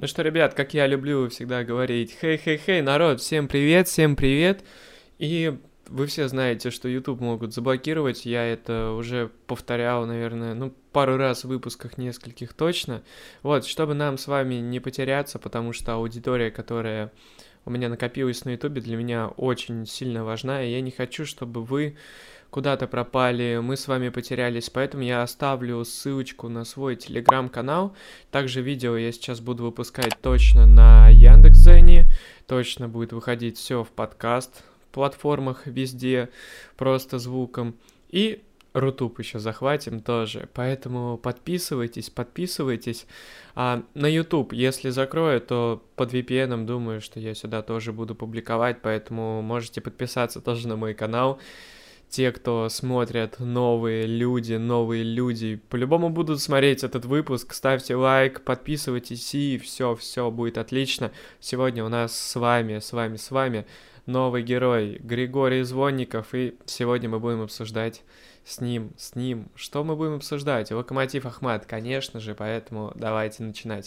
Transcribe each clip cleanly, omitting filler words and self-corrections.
Ну что, ребят, как я люблю всегда говорить, хей-хей-хей, народ, всем привет, всем привет. И вы все знаете, что YouTube могут заблокировать, я это уже повторял, наверное, пару раз в выпусках нескольких точно. Вот, чтобы нам с вами не потеряться, потому что аудитория, которая у меня накопилась на YouTube, для меня очень сильно важна, и я не хочу, чтобы вы куда-то пропали, мы с вами потерялись, поэтому я оставлю ссылочку на свой телеграм-канал. Также видео я сейчас буду выпускать точно на Яндекс.Дзене, точно будет выходить все в подкаст платформах везде, просто звуком. И Рутуб еще захватим тоже, поэтому подписывайтесь. А на YouTube, если закрою, то под VPN, думаю, что я сюда тоже буду публиковать, поэтому можете подписаться тоже на мой канал. Те, кто смотрят, новые люди, по-любому будут смотреть этот выпуск. Ставьте лайк, подписывайтесь, и все будет отлично. Сегодня у нас с вами новый герой Григорий Звонников, и сегодня мы будем обсуждать с ним. Что мы будем обсуждать? Локомотив Ахмат, конечно же, поэтому давайте начинать.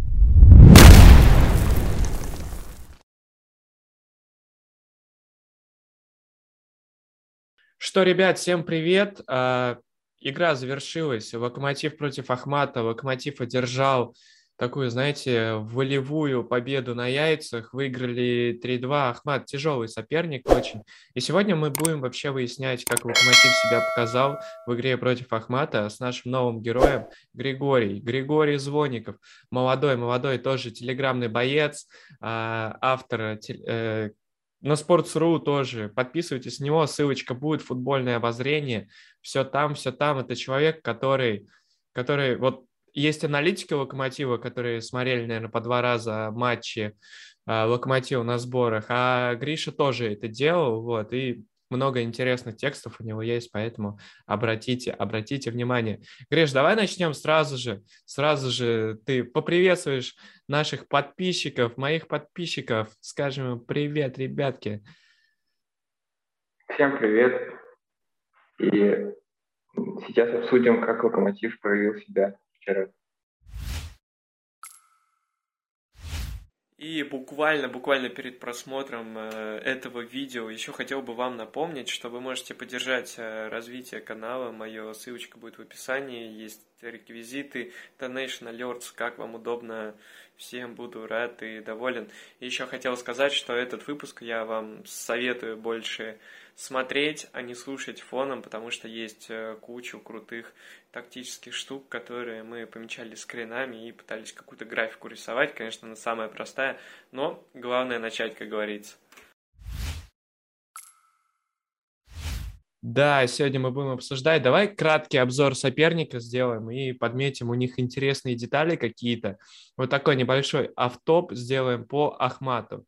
Что, ребят, всем привет. Игра завершилась. Локомотив против Ахмата. Локомотив одержал такую, знаете, волевую победу на яйцах. Выиграли 3-2. Ахмат тяжелый соперник очень. И сегодня мы будем вообще выяснять, как Локомотив себя показал в игре против Ахмата с нашим новым героем Григорий Звонников. Молодой, тоже телеграмный боец, автор на Sports.ru тоже. Подписывайтесь на него, ссылочка будет, футбольное обозрение. Все там, все там. Это человек, который вот есть аналитики Локомотива, которые смотрели, наверное, по 2 раза матчи Локомотива на сборах, а Гриша тоже это делал, вот, и много интересных текстов у него есть, поэтому обратите внимание. Гриш, давай начнем сразу же ты поприветствуешь наших подписчиков, моих подписчиков. Скажем им привет, ребятки. Всем привет. И сейчас обсудим, как Локомотив проявил себя вчера. И буквально перед просмотром этого видео еще хотел бы вам напомнить, что вы можете поддержать развитие канала. Моя ссылочка будет в описании. Есть реквизиты, Donation Alerts, как вам удобно. Всем буду рад и доволен. И еще хотел сказать, что этот выпуск я вам советую больше смотреть, а не слушать фоном, потому что есть кучу крутых тактических штук, которые мы помечали скринами и пытались какую-то графику рисовать. Конечно, она самая простая, но главное начать, как говорится. Да, сегодня мы будем обсуждать. Давай краткий обзор соперника сделаем и подметим у них интересные детали какие-то. Вот такой небольшой автоп сделаем по Ахмату.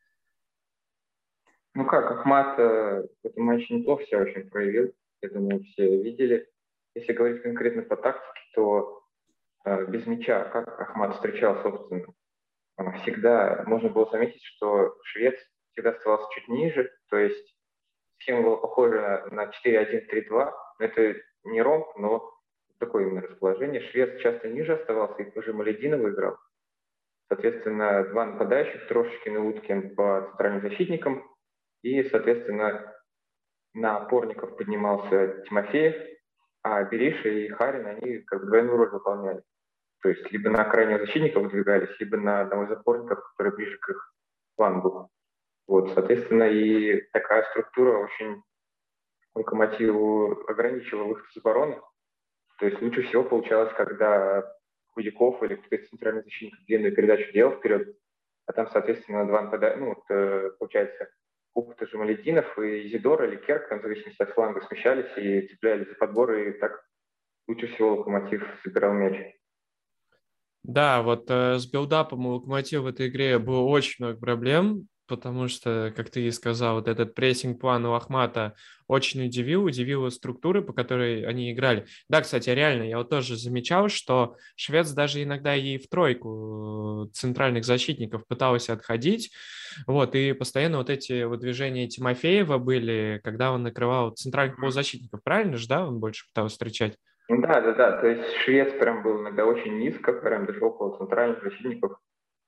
Ну как, Ахмат в этом матче неплохо себя очень проявил. Я думаю, все видели. Если говорить конкретно по тактике, то без мяча, как Ахмат встречал, собственно, всегда можно было заметить, что швед всегда оставался чуть ниже, то есть схема была похожа на 4-1-3-2. Это не ромб, но такое именно расположение. Швед часто ниже оставался, и тоже Малединов играл. Соответственно, два нападающих, Трошечкин и Уткин по центральным защитникам. И, соответственно, на опорников поднимался Тимофеев, а Бериша и Харин, они как бы двойную роль выполняли. То есть либо на крайнего защитника выдвигались, либо на одного из опорников, который ближе к их флангу. Вот, соответственно, и такая структура очень Локомотиву ограничивала выход из обороны. То есть лучше всего получалось, когда Худяков или кто-то из центральных защитников длинную передачу делал вперед, а там, соответственно, два нападания, получается, Кухта, Жамалединов и Изидор или Керк, в зависимости от фланга, смещались и цеплялись за подборы, и так лучше всего Локомотив собирал мяч. Да, вот с билдапом у Локомотива в этой игре было очень много проблем, потому что, как ты и сказал, вот этот прессинг-план у Ахмата очень удивил структуры, по которой они играли. Да, кстати, реально, я вот тоже замечал, что швец даже иногда и в тройку центральных защитников пытался отходить, вот, и постоянно вот эти вот движения Тимофеева были, когда он накрывал центральных полузащитников, правильно же, да, он больше пытался встречать? Ну да. То есть швец прям был иногда очень низко, прям даже около центральных защитников.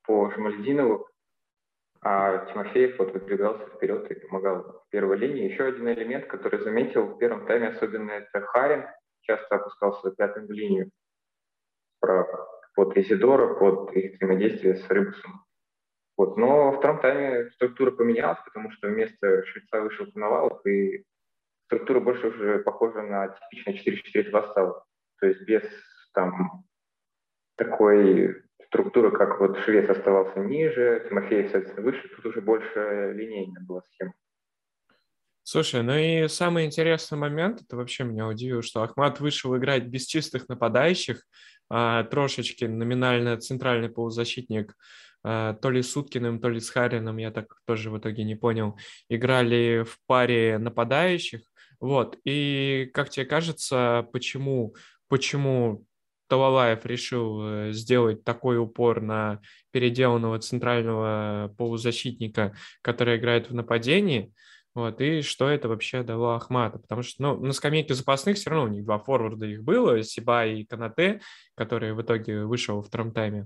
по Жамальдинову, а Тимофеев вот выдвигался вперед и помогал в первой линии. Еще один элемент, который заметил в первом тайме, особенно это Харин, часто опускался пятым в линию под Изидора, под их взаимодействие с Рыбусом. Вот. Но во втором тайме структура поменялась, потому что вместо Швеца вышел Коновалов, и структура больше уже похожа на типичное 4-4-2 стала. То есть без там такой структуры, как вот Швец оставался ниже, Тимофеев, соответственно, выше, тут уже больше линейная была схема. Слушай, ну и самый интересный момент, это вообще меня удивило, что Ахмат вышел играть без чистых нападающих, трошечки номинально центральный полузащитник, то ли с Уткиным, то ли с Харином, я так тоже в итоге не понял, играли в паре нападающих, вот, и как тебе кажется, почему Талалаев решил сделать такой упор на переделанного центрального полузащитника, который играет в нападении? Вот, и что это вообще дало Ахмату? Потому что, ну, на скамейке запасных все равно у них два форварда их было, Сиба и Канате, который в итоге вышел во втором тайме.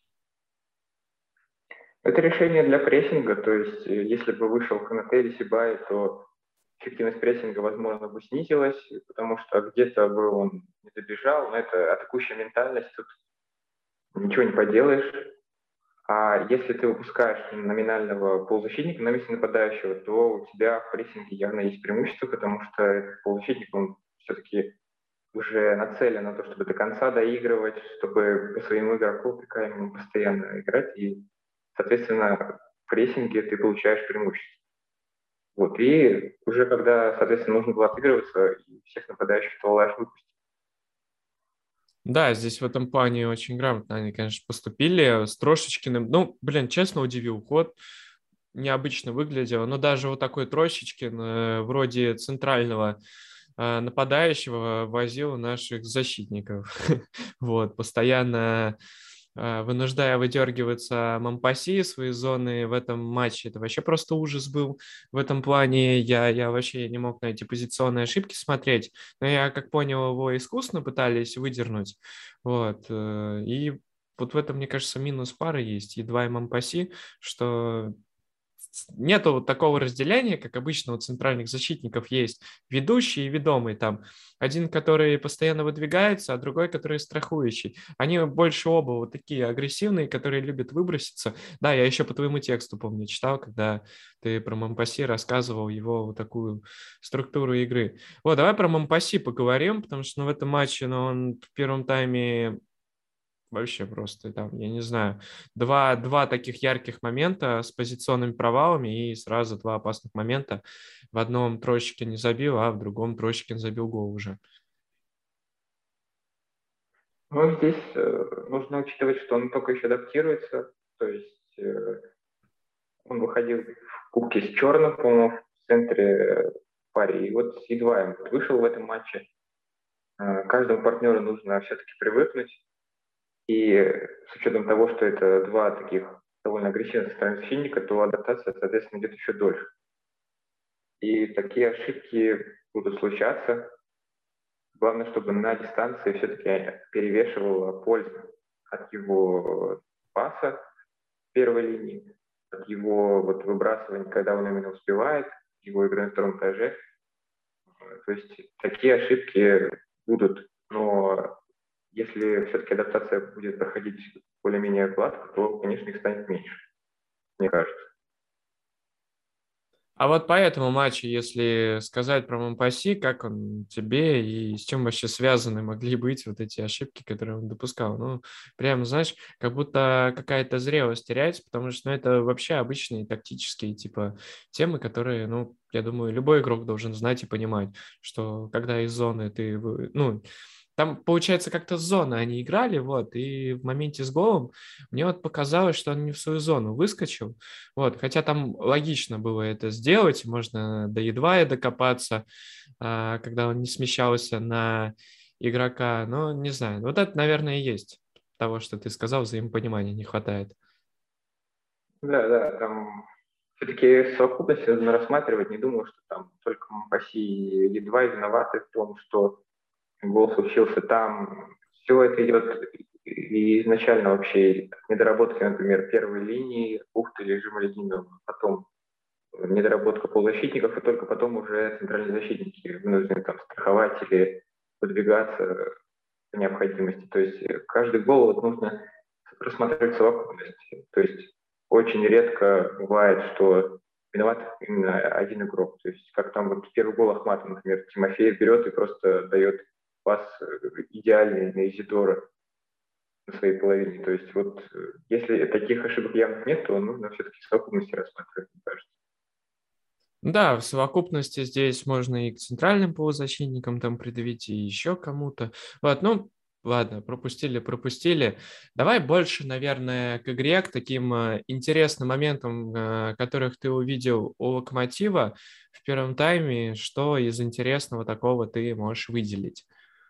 Это решение для прессинга, то есть если бы вышел Канате или Сибай, то эффективность прессинга, возможно, бы снизилась, потому что где-то бы он не добежал, но это атакующая ментальность, тут ничего не поделаешь. А если ты выпускаешь номинального полузащитника на месте нападающего, то у тебя в прессинге явно есть преимущество, потому что этот полузащитник, он все-таки уже нацелен на то, чтобы до конца доигрывать, чтобы по своему игроку ему постоянно играть, и, соответственно, в прессинге ты получаешь преимущество. Вот, и уже когда, соответственно, нужно было отыгрываться, и всех нападающих Талалаев выпустил. Да, здесь в этом плане очень грамотно они, конечно, поступили с Трошечкиным. Ну, блин, честно удивил ход. Необычно выглядело, но даже вот такой Трошечкин, вроде центрального нападающего, возил наших защитников. Вот, постоянно вынуждая выдергиваться Мампаси из своей зоны в этом матче. Это вообще просто ужас был в этом плане. Я вообще не мог на эти позиционные ошибки смотреть, но я, как понял, его искусно пытались выдернуть. Вот, и вот в этом, мне кажется, минус пары есть. Едва и Мампаси, что нету вот такого разделения, как обычно у центральных защитников есть ведущий и ведомый там. Один, который постоянно выдвигается, а другой, который страхующий. Они больше оба вот такие агрессивные, которые любят выброситься. Да, я еще по твоему тексту, помню, читал, когда ты про Мампаси рассказывал его вот такую структуру игры. Вот, давай про Мампаси поговорим, потому что в этом матче, он в первом тайме вообще просто там, я не знаю, два таких ярких момента с позиционными провалами и сразу два опасных момента. В одном Троечкин не забил, а в другом Троечкин забил гол уже. Но здесь нужно учитывать, что он только еще адаптируется, то есть он выходил в кубке с черным, по-моему, в центре пари, и вот с Едваем вышел в этом матче. Каждому партнеру нужно все-таки привыкнуть, и с учетом того, что это два таких довольно агрессивных центральных защитника, то адаптация, соответственно, идет еще дольше. И такие ошибки будут случаться. Главное, чтобы на дистанции все-таки перевешивала польза от его паса в первой линии, от его вот выбрасывания, когда он именно успевает, его игры на втором этаже. То есть такие ошибки будут, но если все-таки адаптация будет проходить более-менее гладко, то, конечно, их станет меньше, мне кажется. А вот по этому матчу, если сказать про Мампаси, как он тебе и с чем вообще связаны могли быть вот эти ошибки, которые он допускал? Ну, прям, знаешь, как будто какая-то зрелость теряется, потому что это вообще обычные тактические типа темы, которые, я думаю, любой игрок должен знать и понимать, что когда из зоны ты, там, получается, как-то с зоны они играли, вот, и в моменте с голом мне вот показалось, что он не в свою зону выскочил, вот, хотя там логично было это сделать, можно до едва докопаться, когда он не смещался на игрока, но не знаю, вот это, наверное, и есть того, что ты сказал, взаимопонимания не хватает. Да, да, там все-таки совокупность нужно рассматривать. Не думаю, что там только Мапаси и едва виноваты в том, что гол случился там. Все это идет И изначально вообще недоработки, например, первой линии Ухты или Жемалединова, потом недоработка полузащитников, и только потом уже центральные защитники вынуждены там страховать или подвигаться по необходимости. То есть каждый гол вот нужно рассматривать совокупность. То есть очень редко бывает, что виноват именно один игрок. То есть как там вот первый гол Ахмата, например, Тимофеев берет и просто дает пас идеальный на Изидора на своей половине. То есть вот если таких ошибок явных нет, то нужно все-таки совокупности рассматривать, мне кажется. Да, в совокупности здесь можно и к центральным полузащитникам там предъявить, и еще кому-то. Вот, ну, ладно, пропустили. Давай больше, наверное, к игре, к таким интересным моментам, которых ты увидел у Локомотива в первом тайме. Что из интересного такого ты можешь выделить?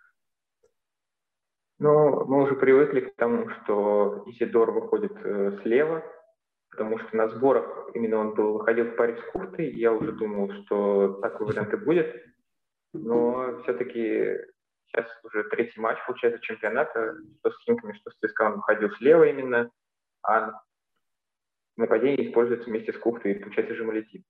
Но мы уже привыкли к тому, что Исидор выходит слева, потому что на сборах именно он выходил в паре с Кухтой, и я уже думал, что такой вариант и будет. Но все-таки сейчас уже третий матч, получается, чемпионата, что с Химками, что с ЦСКА он выходил слева именно, а нападение используется вместе с Кухтой, и получается Жемалетин.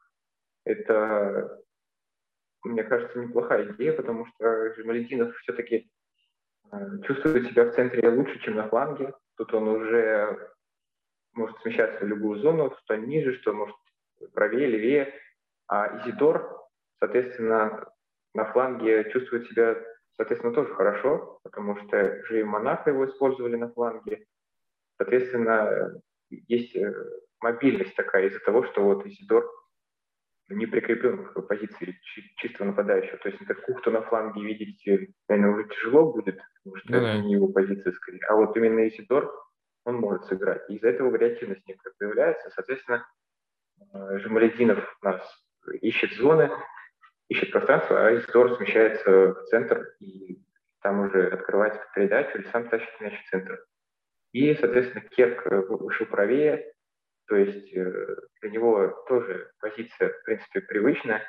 Это, мне кажется, неплохая идея, потому что Жемалетинов все-таки чувствует себя в центре лучше, чем на фланге. Тут он уже может смещаться в любую зону, что ниже, что может правее, левее. А Изидор, соответственно, на фланге чувствует себя, соответственно, тоже хорошо, потому что же и Монако его использовали на фланге. Соответственно, есть мобильность такая из-за того, что вот Изидор не прикреплен к позиции чистого нападающего. То есть, например, Кухту на фланге видеть, наверное, уже тяжело будет, потому что Ну это да. не его позиция скорее. А вот именно Исидор, он может сыграть. И из-за этого вариативность некоторая появляется. Соответственно, Жамалединов у нас ищет зоны, ищет пространство, а Исидор смещается в центр и там уже открывается под передачу или сам тащит мяч в центр. И, соответственно, Керк вышел правее, то есть для него тоже позиция, в принципе, привычная.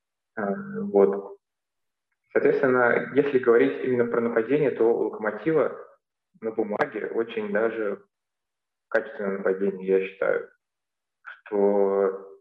Вот. Соответственно, если говорить именно про нападение, то у Локомотива на бумаге очень даже качественное нападение, я считаю, что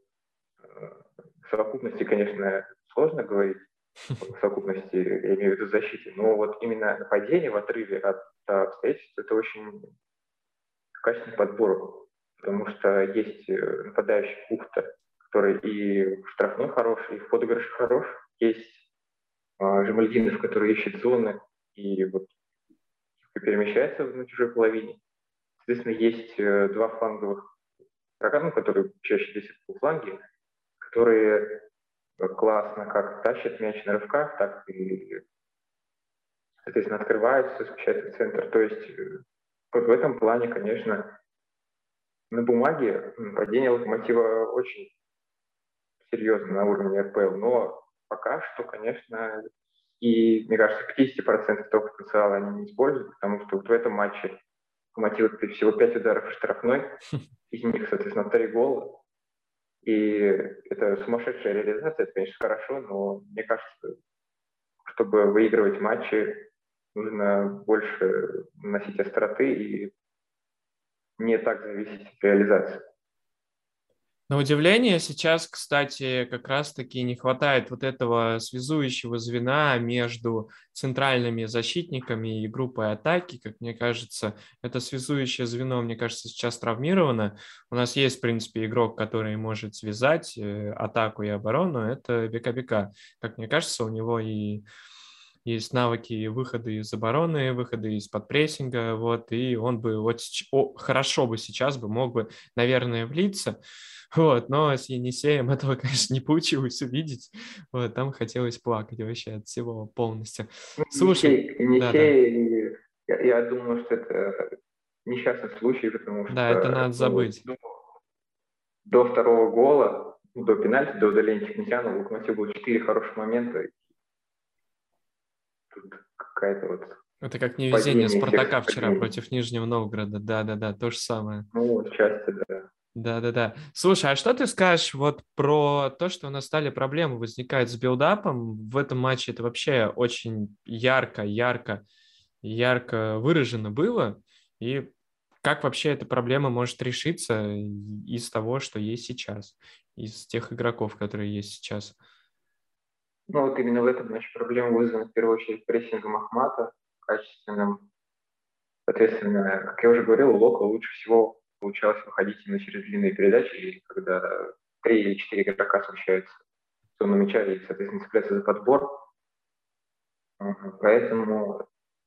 в совокупности, конечно, сложно говорить, в совокупности, я имею в виду защите, но вот именно нападение в отрыве от обстоятельств, это очень качественный подбор, потому что есть нападающий Кухта, который и в штрафной хорош, и в подыгрыше хорош, есть Жемальдинов, который ищет зоны и вот перемещается на чужой половине. Соответственно, есть два фланговых игрока, которые чаще висят по фланге, которые классно как тащат мяч на рывках, так и, соответственно, открываются, смещаются в центр. То есть вот в этом плане, конечно, на бумаге падение Локомотива очень серьезно на уровне РПЛ, но пока что, конечно, и, мне кажется, 50% того потенциала они не используют, потому что вот в этом матче Локомотив всего 5 ударов в штрафной, из них, соответственно, 3 гола. И это сумасшедшая реализация, это, конечно, хорошо, но мне кажется, чтобы выигрывать матчи, нужно больше носить остроты и не так зависеть от реализации. На удивление, сейчас, кстати, как раз-таки не хватает вот этого связующего звена между центральными защитниками и группой атаки. Как мне кажется, это связующее звено, мне кажется, сейчас травмировано. У нас есть, в принципе, игрок, который может связать атаку и оборону. Это Бека. Как мне кажется, у него и есть навыки выхода из обороны, выхода из-под прессинга, вот, и он бы вот хорошо бы сейчас бы мог бы, наверное, влиться, вот, но с Енисеем этого, конечно, не получилось увидеть, вот, там хотелось плакать вообще от всего полностью. Ну, Слушай, да-да, Я думаю, что это несчастный случай, потому да, это что надо забыть. до второго гола, до пенальти, до удаления Технитяна у Локомотива было 4 хороших момента. Тут какая-то вот Это как невезение падение всех Спартака вчера совпадений. против Нижнего Новгорода, да-да-да, то же самое. Ну, часто, да. Да-да-да. Слушай, а что ты скажешь вот про то, что у нас стали проблемы возникать с билдапом? В этом матче это вообще очень ярко выражено было. И как вообще эта проблема может решиться из того, что есть сейчас, из тех игроков, которые есть сейчас? Ну вот именно в этом, значит, проблема вызвана в первую очередь прессингом Ахмата, качественным. Соответственно, как я уже говорил, у Лока лучше всего получалось выходить именно через длинные передачи, и когда 3 или 4 игрока смещаются в зону мяча и, соответственно, цепляются за подбор. Поэтому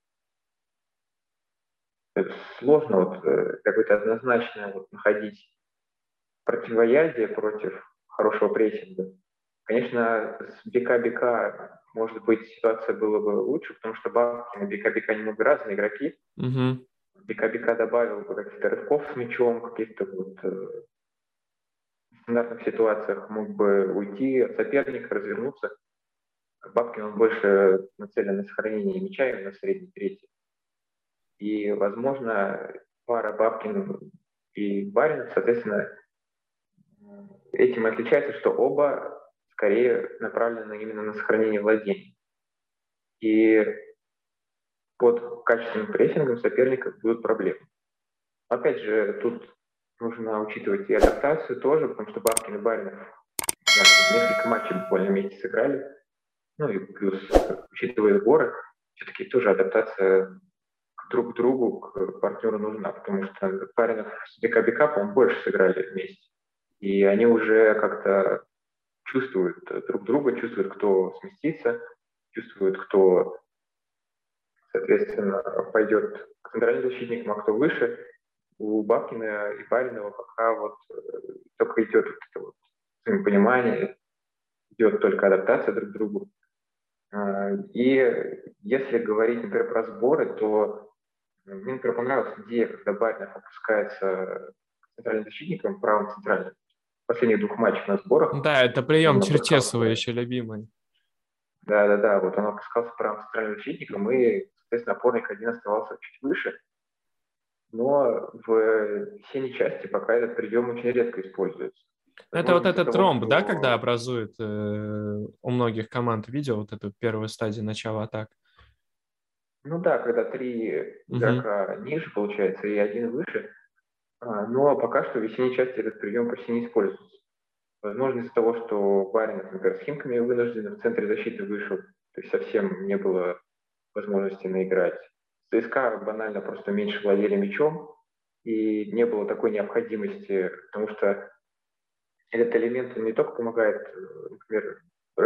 сложно какое-то однозначное находить противоядие против хорошего прессинга. Конечно, с бика-бика, может быть, ситуация была бы лучше, потому что Бабкин и бика-бика немного разные игроки. Угу. Бика-бика добавил бы каких-то рывков с мячом, каких-то стандартных ситуациях мог бы уйти от соперника, развернуться. Бабкин, он больше нацелен на сохранение мяча именно в средней трети. И, возможно, пара Бабкин и Баринов, соответственно, этим отличается, что оба скорее направлены именно на сохранение владений. И под качественным прессингом соперника будут проблемы. Опять же, тут нужно учитывать и адаптацию тоже, потому что Бабкин и Баринов несколько матчей буквально вместе сыграли. Ну и плюс, учитывая сборы, все-таки тоже адаптация друг к другу, к партнеру нужна, потому что Баринов с Бека-Бека, по-моему, больше сыграли вместе. И они уже как-то чувствуют друг друга, чувствуют, кто сместится, чувствуют, кто, соответственно, пойдет к центральным защитникам, а кто выше. У Бабкина и Баринова пока только идет это взаимопонимание, идет только адаптация друг к другу. И если говорить, например, про сборы, то мне, например, понравилась идея, когда Баринов опускается центральным защитником, правым центральным. В последних 2 матчах на сборах Да, это прием он Черчесова опускался. еще любимый. Да, вот он опускался правым центральным защитником, и, соответственно, опорник один оставался чуть выше. Но в синей части пока этот прием очень редко используется. Это вот Возможно, из-за этот того, ромб, да, когда что образует у многих команд, видел вот эту первую стадию начала атак? ну да, когда 3 Угу. игрока ниже, получается, и один выше, но пока что в весенней части этот прием почти не используется. Возможно, из-за того, что Баринов, например, с Химками вынужден в центре защиты вышел, то есть совсем не было возможности наиграть. ЦСКА банально просто меньше владели мячом, и не было такой необходимости, потому что этот элемент он не только помогает, например,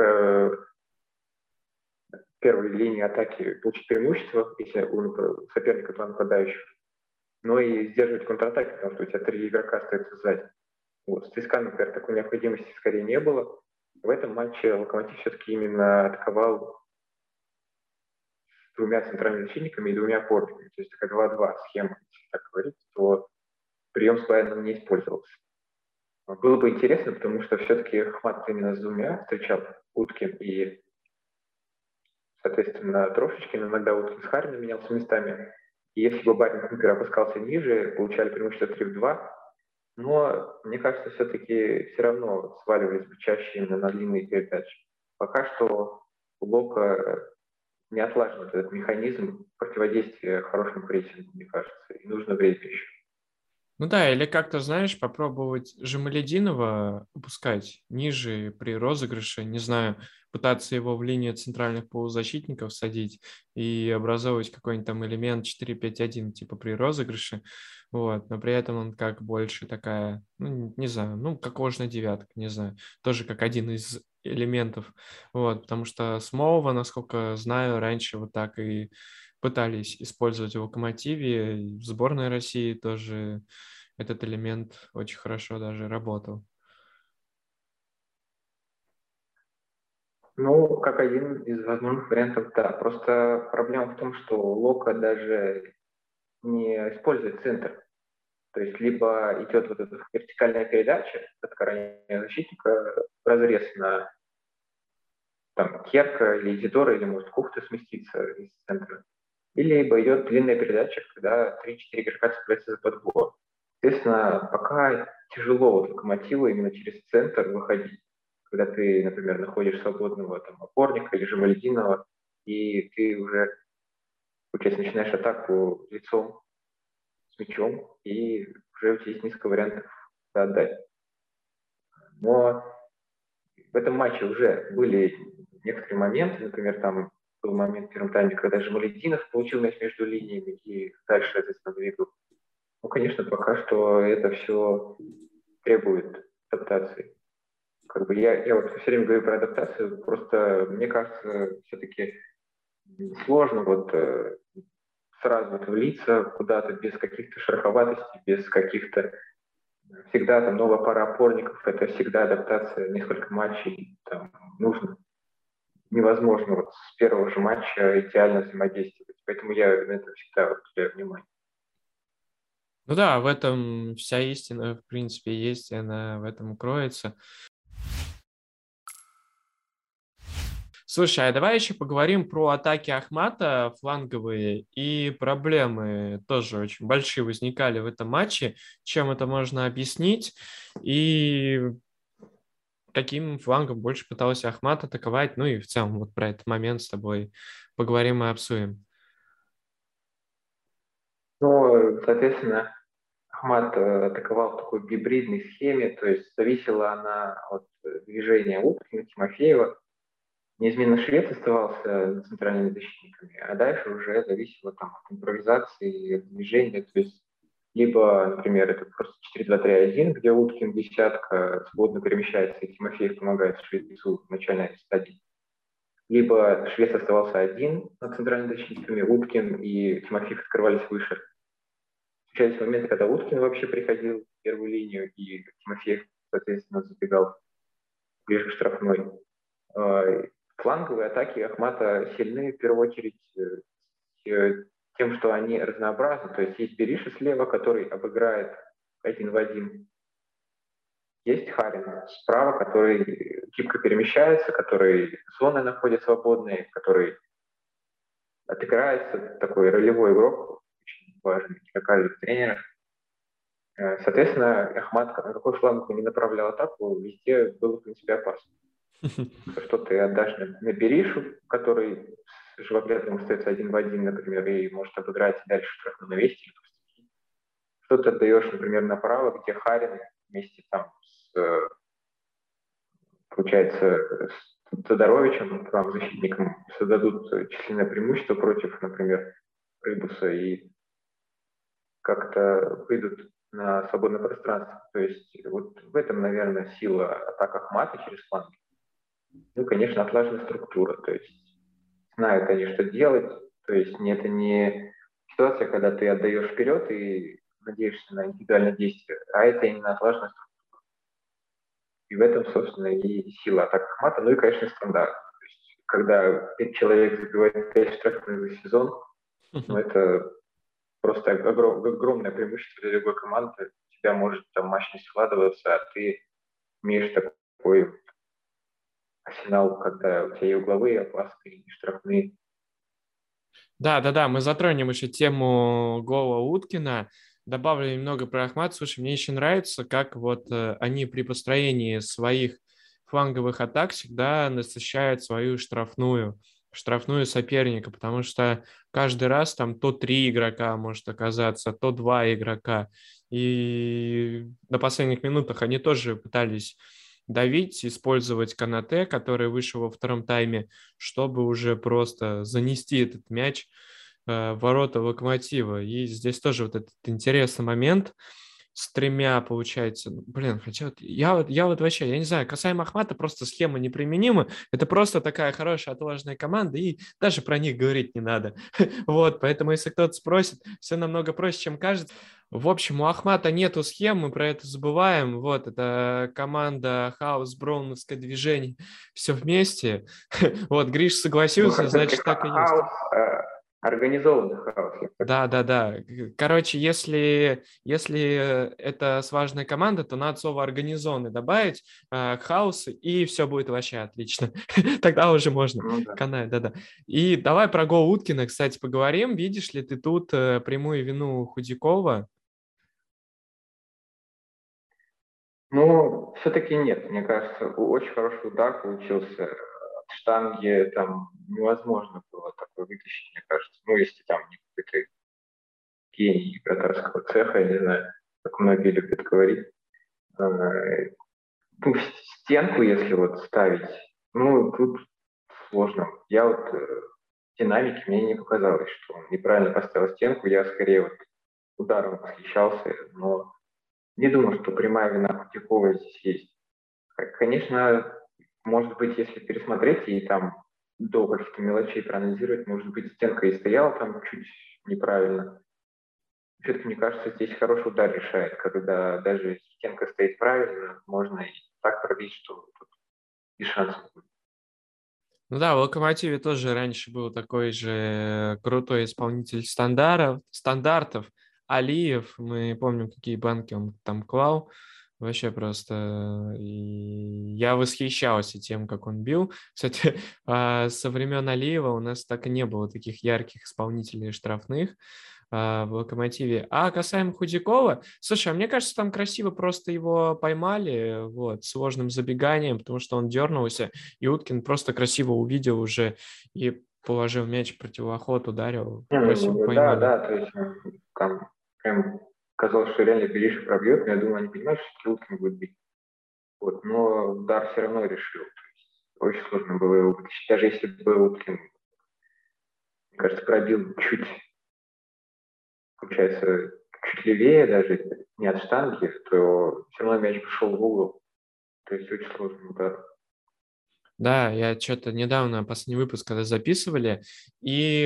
первой линии атаки получить преимущество, если у соперника два нападающих, но и сдерживать контратаки, потому что у тебя 3 игрока остаются сзади. Вот. С ЦСКА, например, такой необходимости скорее не было. В этом матче Локомотив все-таки именно атаковал с 2 центральными защитниками и 2 опорниками. То есть такая 2-2 схема, если так говорить, то прием с Байерном не использовался. Было бы интересно, потому что все-таки Ахмат именно с 2 встречал Уткин и, соответственно, Трошечкин. Иногда Уткин с Харином менялся местами. И если бы Барин, например, опускался ниже, получали преимущество 3-2, но, мне кажется, все-таки все равно сваливались бы чаще именно на длинные передачи. Пока что у Лока не отлажен этот механизм противодействия хорошему прессингу, мне кажется, и нужно время еще. Ну да, или как-то, знаешь, попробовать Жамалединова опускать ниже при розыгрыше, не знаю, пытаться его в линию центральных полузащитников садить и образовывать какой-нибудь там элемент 4-5-1 типа при розыгрыше, вот, но при этом он как больше такая, ну, не знаю, ну, как ложная девятка, не знаю, тоже как один из элементов, вот, потому что Смолова, насколько знаю, раньше вот так и пытались использовать в «Локомотиве», и в сборной России тоже этот элемент очень хорошо даже работал. Ну, как один из возможных вариантов, да. Просто проблема в том, что Лока даже не использует центр. То есть либо идет вот эта вертикальная передача от крайнего защитника в разрез на там, Керка или Изидора, или может Кухта сместиться из центра. Или либо идет длинная передача, когда 3-4 игрока цепляются за подбор. Соответственно, пока тяжело Локомотиву именно через центр выходить, когда ты, например, находишь свободного там, опорника или же Вальдинова, и ты уже, получается, начинаешь атаку лицом с мячом, и уже у тебя есть несколько вариантов отдать. Но в этом матче уже были некоторые моменты, например, там был момент в первом тайме, когда Жамалетдинов получил мяч между линиями и дальше, соответственно, двигал. Ну, конечно, пока что это все требует адаптации. Как бы я вот все время говорю про адаптацию, просто мне кажется, все-таки сложно вот сразу вот влиться куда-то без каких-то шероховатостей, без каких-то всегда там новая пара опорников, это всегда адаптация, несколько матчей там нужно. Невозможно вот с первого же матча идеально взаимодействовать. Поэтому я на это всегда уделяю внимание. Ну да, в этом вся истина, в принципе, есть, и она в этом кроется. Слушай, а давай еще поговорим про атаки Ахмата фланговые и проблемы тоже очень большие возникали в этом матче. Чем это можно объяснить? И каким флангом больше пытался Ахмат атаковать? Ну и в целом вот про этот момент с тобой поговорим и обсудим. Ну, соответственно, Ахмат атаковал в такой гибридной схеме, то есть зависела она от движения Уткина, Тимофеева. Неизменно швед оставался центральными защитниками, а дальше уже зависело там, от импровизации, от движения. То есть либо, например, это просто 4-2-3-1, где Уткин десятка свободно перемещается, и Тимофеев помогает швецу в начальной стадии. Либо швец оставался один над центральными защитниками, Уткин и Тимофеев открывались выше. Случались моменты, когда Уткин вообще приходил в первую линию, и Тимофеев, соответственно, забегал ближе к штрафной. Фланговые атаки Ахмата сильны в первую очередь тем, что они разнообразны. То есть есть Бериша слева, который обыграет один в один. Есть Харин справа, который гибко перемещается, который зоны находит свободные, который отыграется, такой ролевой игрок, очень важный для каждого тренера. Соответственно, Ахмат, на какой фланг не направлял атаку, везде было, в принципе, опасно. Что ты отдашь на Беришу, который с Живоглядом остается один в один, например, и может обыграть дальше штрафную навесить. Что ты отдаешь, например, направо, где Харин вместе там с, получается, с Тодоровичем, правым защитником, создадут численное преимущество против, например, Рыбуса и как-то выйдут на свободное пространство. То есть вот в этом, наверное, сила атак Ахмата через фланги. Ну, конечно, отлаженная структура, то есть знают они, что делать, то есть это не ситуация, когда ты отдаешь вперед и надеешься на индивидуальное действие, а это именно отлаженная структура. И в этом, собственно, и сила атак Ахмата, ну и, конечно, стандарт. То есть, когда 5 человек забивает 5 штрафных за сезон, ну, это просто огромное преимущество для любой команды. У тебя может там матч не складываться, а ты имеешь такой арсенал, когда у тебя и угловые опаски, и штрафные. Да, мы затронем еще тему гола Уткина. Добавлю немного про Ахмат. Слушай, мне еще нравится, как вот они при построении своих фланговых атак всегда насыщают свою штрафную соперника, потому что каждый раз там то 3 игрока может оказаться, то 2 игрока. И на последних минутах они тоже пытались давить, использовать Канате, который вышел во втором тайме, чтобы уже просто занести этот мяч в ворота Локомотива. И здесь тоже вот этот интересный момент с 3, получается. Блин, хотя вот я вот вообще, я не знаю, касаемо Ахмата, просто схема неприменима. Это просто такая хорошая отложенная команда, и даже про них говорить не надо. Вот, поэтому если кто-то спросит, все намного проще, чем кажется. В общем, у Ахмата нету схем, мы про это забываем. Вот, это команда Хаус, Броуновское движение, все вместе. Вот, Гриш Ну, согласился, все-таки значит, так и есть. хаос, организованный хаос. Да. Короче, если это сважная команда, то надо слово организованный добавить к хаосу, и все будет вообще отлично. Тогда уже можно. Ну, да. Да. И давай про гол Уткина, кстати, поговорим. Видишь ли ты тут прямую вину Худякова? Ну, все-таки нет. Мне кажется, очень хороший удар получился. От штанги там невозможно было такое вытащить, мне кажется. Ну, если там не какой-то гений вратарского цеха, я не знаю, как многие любят говорить. Ну, стенку, если вот ставить, ну, тут сложно. Я вот динамики мне не показалось, что он неправильно поставил стенку. Я скорее вот ударом восхищался, но не думаю, что прямая вина Худякова здесь есть. Конечно, может быть, если пересмотреть и там до каких-то мелочей проанализировать, может быть, стенка и стояла там чуть неправильно. Все-таки, мне кажется, здесь хороший удар решает, когда даже стенка стоит правильно, можно и так пробить, что тут и шансов будет. Ну да, в «Локомотиве» тоже раньше был такой же крутой исполнитель стандартов, Алиев. Мы помним, какие банки он там клал. Вообще просто... И я восхищался тем, как он бил. Кстати, со времен Алиева у нас так и не было таких ярких исполнителей штрафных в «Локомотиве». А касаемо Худякова, слушай, а мне кажется, там красиво просто его поймали, вот, сложным забеганием, потому что он дернулся, и Уткин просто красиво увидел уже и положил мяч в противоход, ударил, Не, красиво ну, да, поймали. да, то есть там прям казалось, что реально Бериша пробьет, но я думаю, они понимают, что Уткин будет бить. Вот, но удар все равно решил. То есть очень сложно было его вытащить. Даже если бы Уткин, мне кажется, пробил чуть, получается, чуть левее даже, не от штанги, то все равно мяч пошел в угол. То есть очень сложный удар. Да, я что-то недавно последний выпуск, когда записывали, и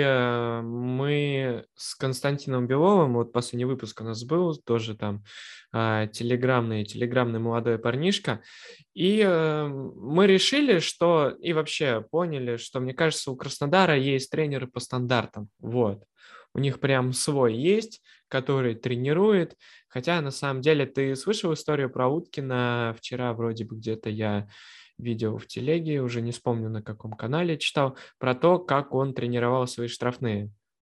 мы с Константином Беловым, вот последний выпуск у нас был, тоже там телеграмный молодой парнишка, и мы решили, что, и вообще поняли, что, мне кажется, у Краснодара есть тренеры по стандартам, вот. У них прям свой есть, который тренирует, хотя на самом деле ты слышал историю про Уткина, вчера вроде бы где-то я видео в телеге, уже не вспомню на каком канале читал, про то, как он тренировал свои штрафные.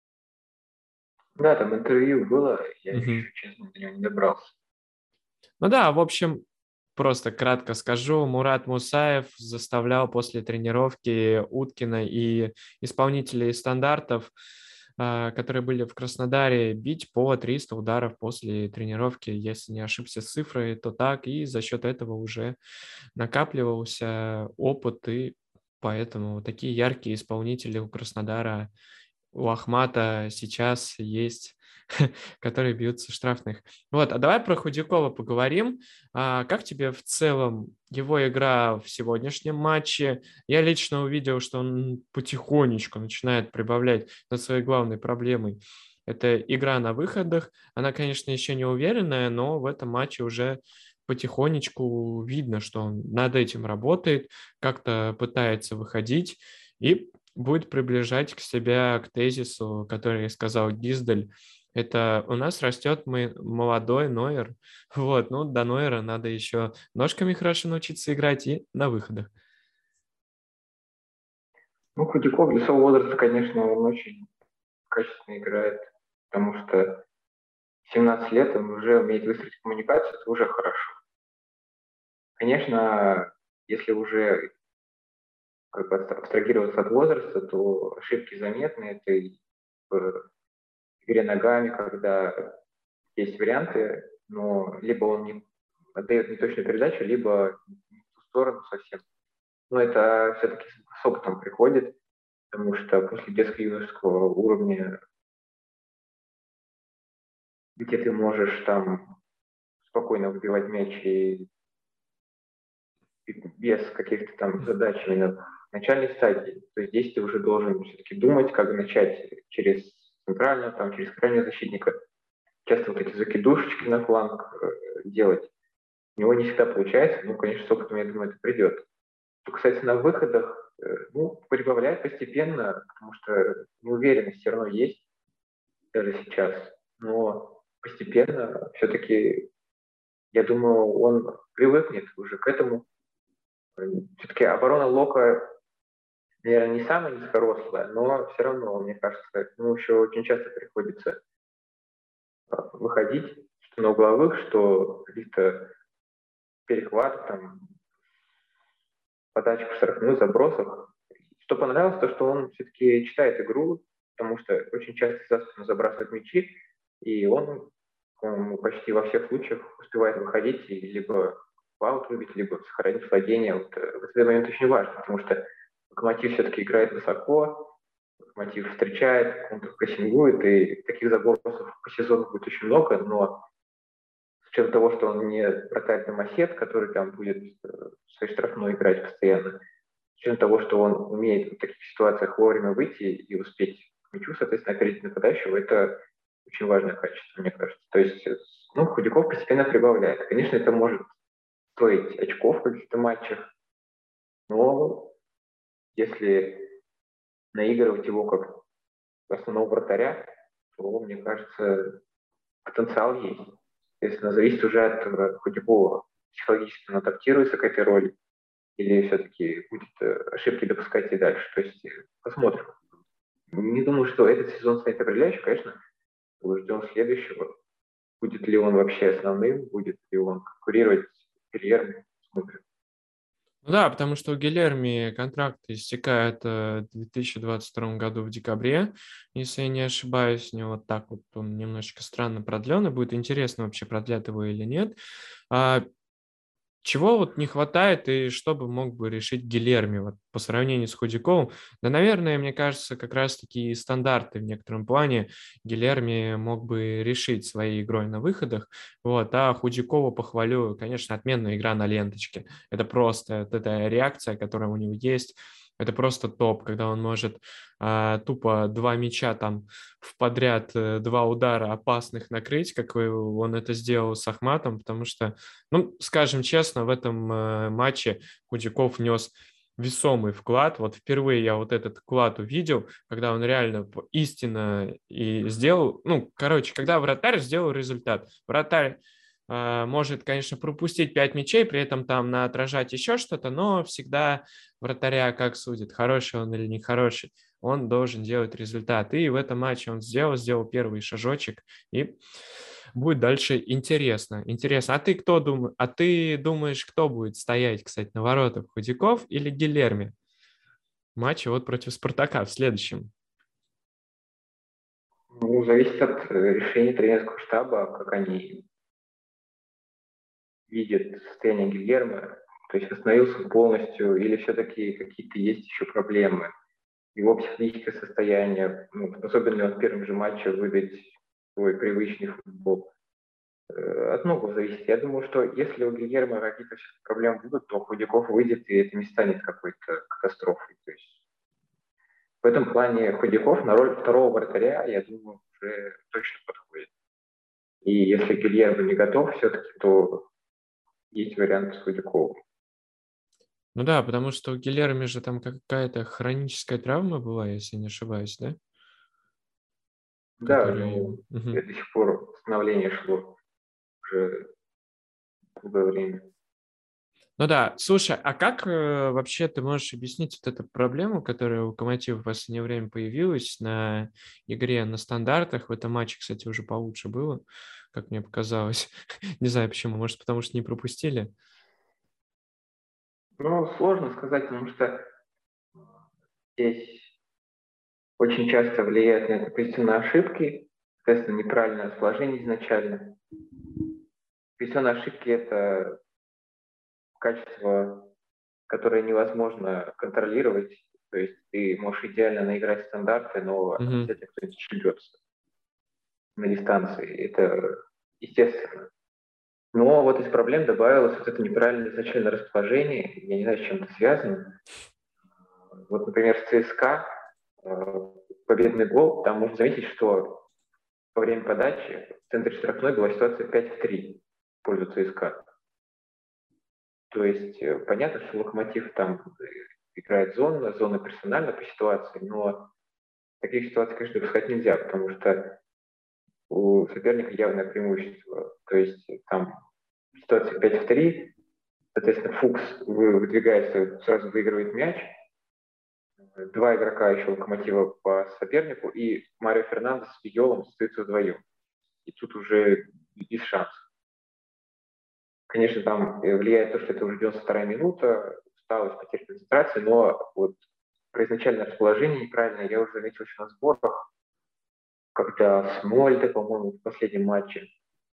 Да, там интервью было, я Мгм. еще, честно, до него не добрался. Ну да, в общем, просто кратко скажу, Мурат Мусаев заставлял после тренировки Уткина и исполнителей стандартов, которые были в Краснодаре, бить по 300 ударов после тренировки. Если не ошибся с цифрой, то так, и за счет этого уже накапливался опыт, и поэтому вот такие яркие исполнители у Краснодара, у Ахмата сейчас есть, которые бьются штрафных. Вот, а давай про Худякова поговорим. Как тебе в целом его игра в сегодняшнем матче? Я лично увидел, что он потихонечку начинает прибавлять над своей главной проблемой. Это игра на выходах. Она, конечно, еще не уверенная, но в этом матче уже потихонечку видно, что он над этим работает, как-то пытается выходить и будет приближать к себя к тезису, который сказал Гиздель. Это у нас растет молодой Нойер. Вот, ну, до Нойера надо еще ножками хорошо научиться играть и на выходах. Ну, Худяков для своего возраста, конечно, он очень качественно играет, потому что 17 лет он уже умеет выстроить коммуникацию, это уже хорошо. Конечно, если уже как бы абстрагироваться от возраста, то ошибки заметны. Это и в игре ногами, когда есть варианты, но либо он не отдает неточную передачу, либо не в ту сторону совсем. Но это все-таки с опытом приходит, потому что после детско-юношеского уровня, где ты можешь там спокойно выбивать мяч и без каких-то там задач именно в начальной стадии, то здесь ты уже должен все-таки думать, как начать через центрального, там, через крайнего защитника. Часто вот эти закидушечки на фланг делать. У него не всегда получается, но, конечно, с опытом, я думаю, это придет. Что касается на выходах, ну, прибавляет постепенно, потому что неуверенность все равно есть, даже сейчас. Но постепенно все-таки, я думаю, он привыкнет уже к этому. Все-таки оборона Лока, наверное, не самая низкорослая, но все равно, мне кажется, ему еще очень часто приходится выходить, что на угловых, что каких-то перехватов, там, подачах в штрафную, забросах. Что понравилось, то, что он все-таки читает игру, потому что очень часто за спину забрасывает мячи, И он почти во всех случаях успевает выходить и либо аут выбить, либо сохранить владение. Вот, в этот момент очень важно, потому что Локомотив все-таки играет высоко, Локомотив встречает, контрпрессингует, и таких забросов по сезону будет очень много, но с учетом того, что он не вратарь домосед, который там будет в своей штрафной играть постоянно, с учетом того, что он умеет в таких ситуациях вовремя выйти и успеть к мячу, соответственно, опередить нападающего, это очень важное качество, мне кажется. То есть, Худяков постепенно прибавляет. Конечно, это может стоить очков в каких-то матчах, но если наигрывать его как основного вратаря, то, мне кажется, потенциал есть. Естественно, зависит уже от Худякова. Психологически он адаптируется к этой роли или все-таки будет ошибки допускать и дальше. То есть посмотрим. Не думаю, что этот сезон станет определяющим, конечно, ждем следующего. Будет ли он вообще основным, будет ли он конкурировать с Гильермо, смотрим. Ну да, потому что у Гильерми контракт истекает в 2022 году в декабре, если я не ошибаюсь. У него вот так вот он немножечко странно продлен, и будет интересно, вообще продлят его или нет. Чего вот не хватает и что бы мог бы решить Гильерми вот по сравнению с Худяковым? Да, наверное, мне кажется, как раз-таки стандарты в некотором плане Гильерми мог бы решить своей игрой на выходах. Вот, а Худякова похвалю, конечно, отменная игра на ленточке. Это просто вот эта реакция, которая у него есть. Это просто топ, когда он может тупо два мяча там в подряд, два удара опасных накрыть, как он это сделал с Ахматом, потому что, ну, скажем честно, в этом матче Худяков внес весомый вклад. Вот впервые я вот этот вклад увидел, когда он реально истинно и сделал, ну, короче, когда вратарь сделал результат. Вратарь может, конечно, пропустить 5 мячей, при этом там отражать еще что-то, но всегда вратаря как судит, хороший он или нехороший, он должен делать результат. И в этом матче он сделал первый шажочек, и будет дальше интересно. Интересно. А ты думаешь, кто будет стоять, кстати, на воротах, Худяков или Гильерми? В матче вот против Спартака в следующем. Ну, зависит от решения тренерского штаба, как они видят состояние Гильермо. То есть восстановился он полностью или все-таки какие-то есть еще проблемы. Его психологическое состояние, способен ли он в первом же матче выдать свой привычный футбол. От многого зависит. Я думаю, что если у Гильермо какие-то проблемы будут, то Худяков выйдет, и это не станет какой-то катастрофой. То есть в этом плане Худяков на роль второго вратаря, я думаю, уже точно подходит. И если Гильермо не готов все-таки, то есть вариант с Худяковым. Ну да, потому что у Гильерми же там какая-то хроническая травма была, если не ошибаюсь, да? Да, Который... ну, до сих пор восстановление шло уже долгое время. Ну да, слушай, а как вообще ты можешь объяснить вот эту проблему, которая у Локомотива в последнее время появилась на игре на стандартах? В этом матче, кстати, уже получше было, как мне показалось. Не знаю почему, может, потому что не пропустили? Ну, сложно сказать, потому что здесь очень часто влияют на это позиционные ошибки, соответственно, неправильное расположение изначально. Позиционные ошибки – это качество, которое невозможно контролировать. То есть ты можешь идеально наиграть стандарты, но Мгм. обязательно кто-нибудь ошибется на дистанции. Это естественно. Но вот из проблем добавилось вот это неправильное изначальное расположение. Я не знаю, с чем это связано. Вот, например, с ЦСКА победный гол, там можно заметить, что во время подачи в центре штрафной была ситуация 5-3 в пользу ЦСКА. То есть понятно, что Локомотив там играет зона персонально по ситуации, но таких ситуаций, конечно, допускать нельзя, потому что у соперника явное преимущество. То есть там ситуация 5-3, соответственно, Фукс выдвигается, сразу выигрывает мяч, два игрока еще Локомотива по сопернику, и Марио Фернандес с Виолом остаются вдвоем. И тут уже без шансов. Конечно, там влияет то, что это уже 92-я минута, усталость, потеря концентрации, но вот про изначальное расположение неправильно я уже заметил еще на сборах. когда Смольда, по-моему, в последнем матче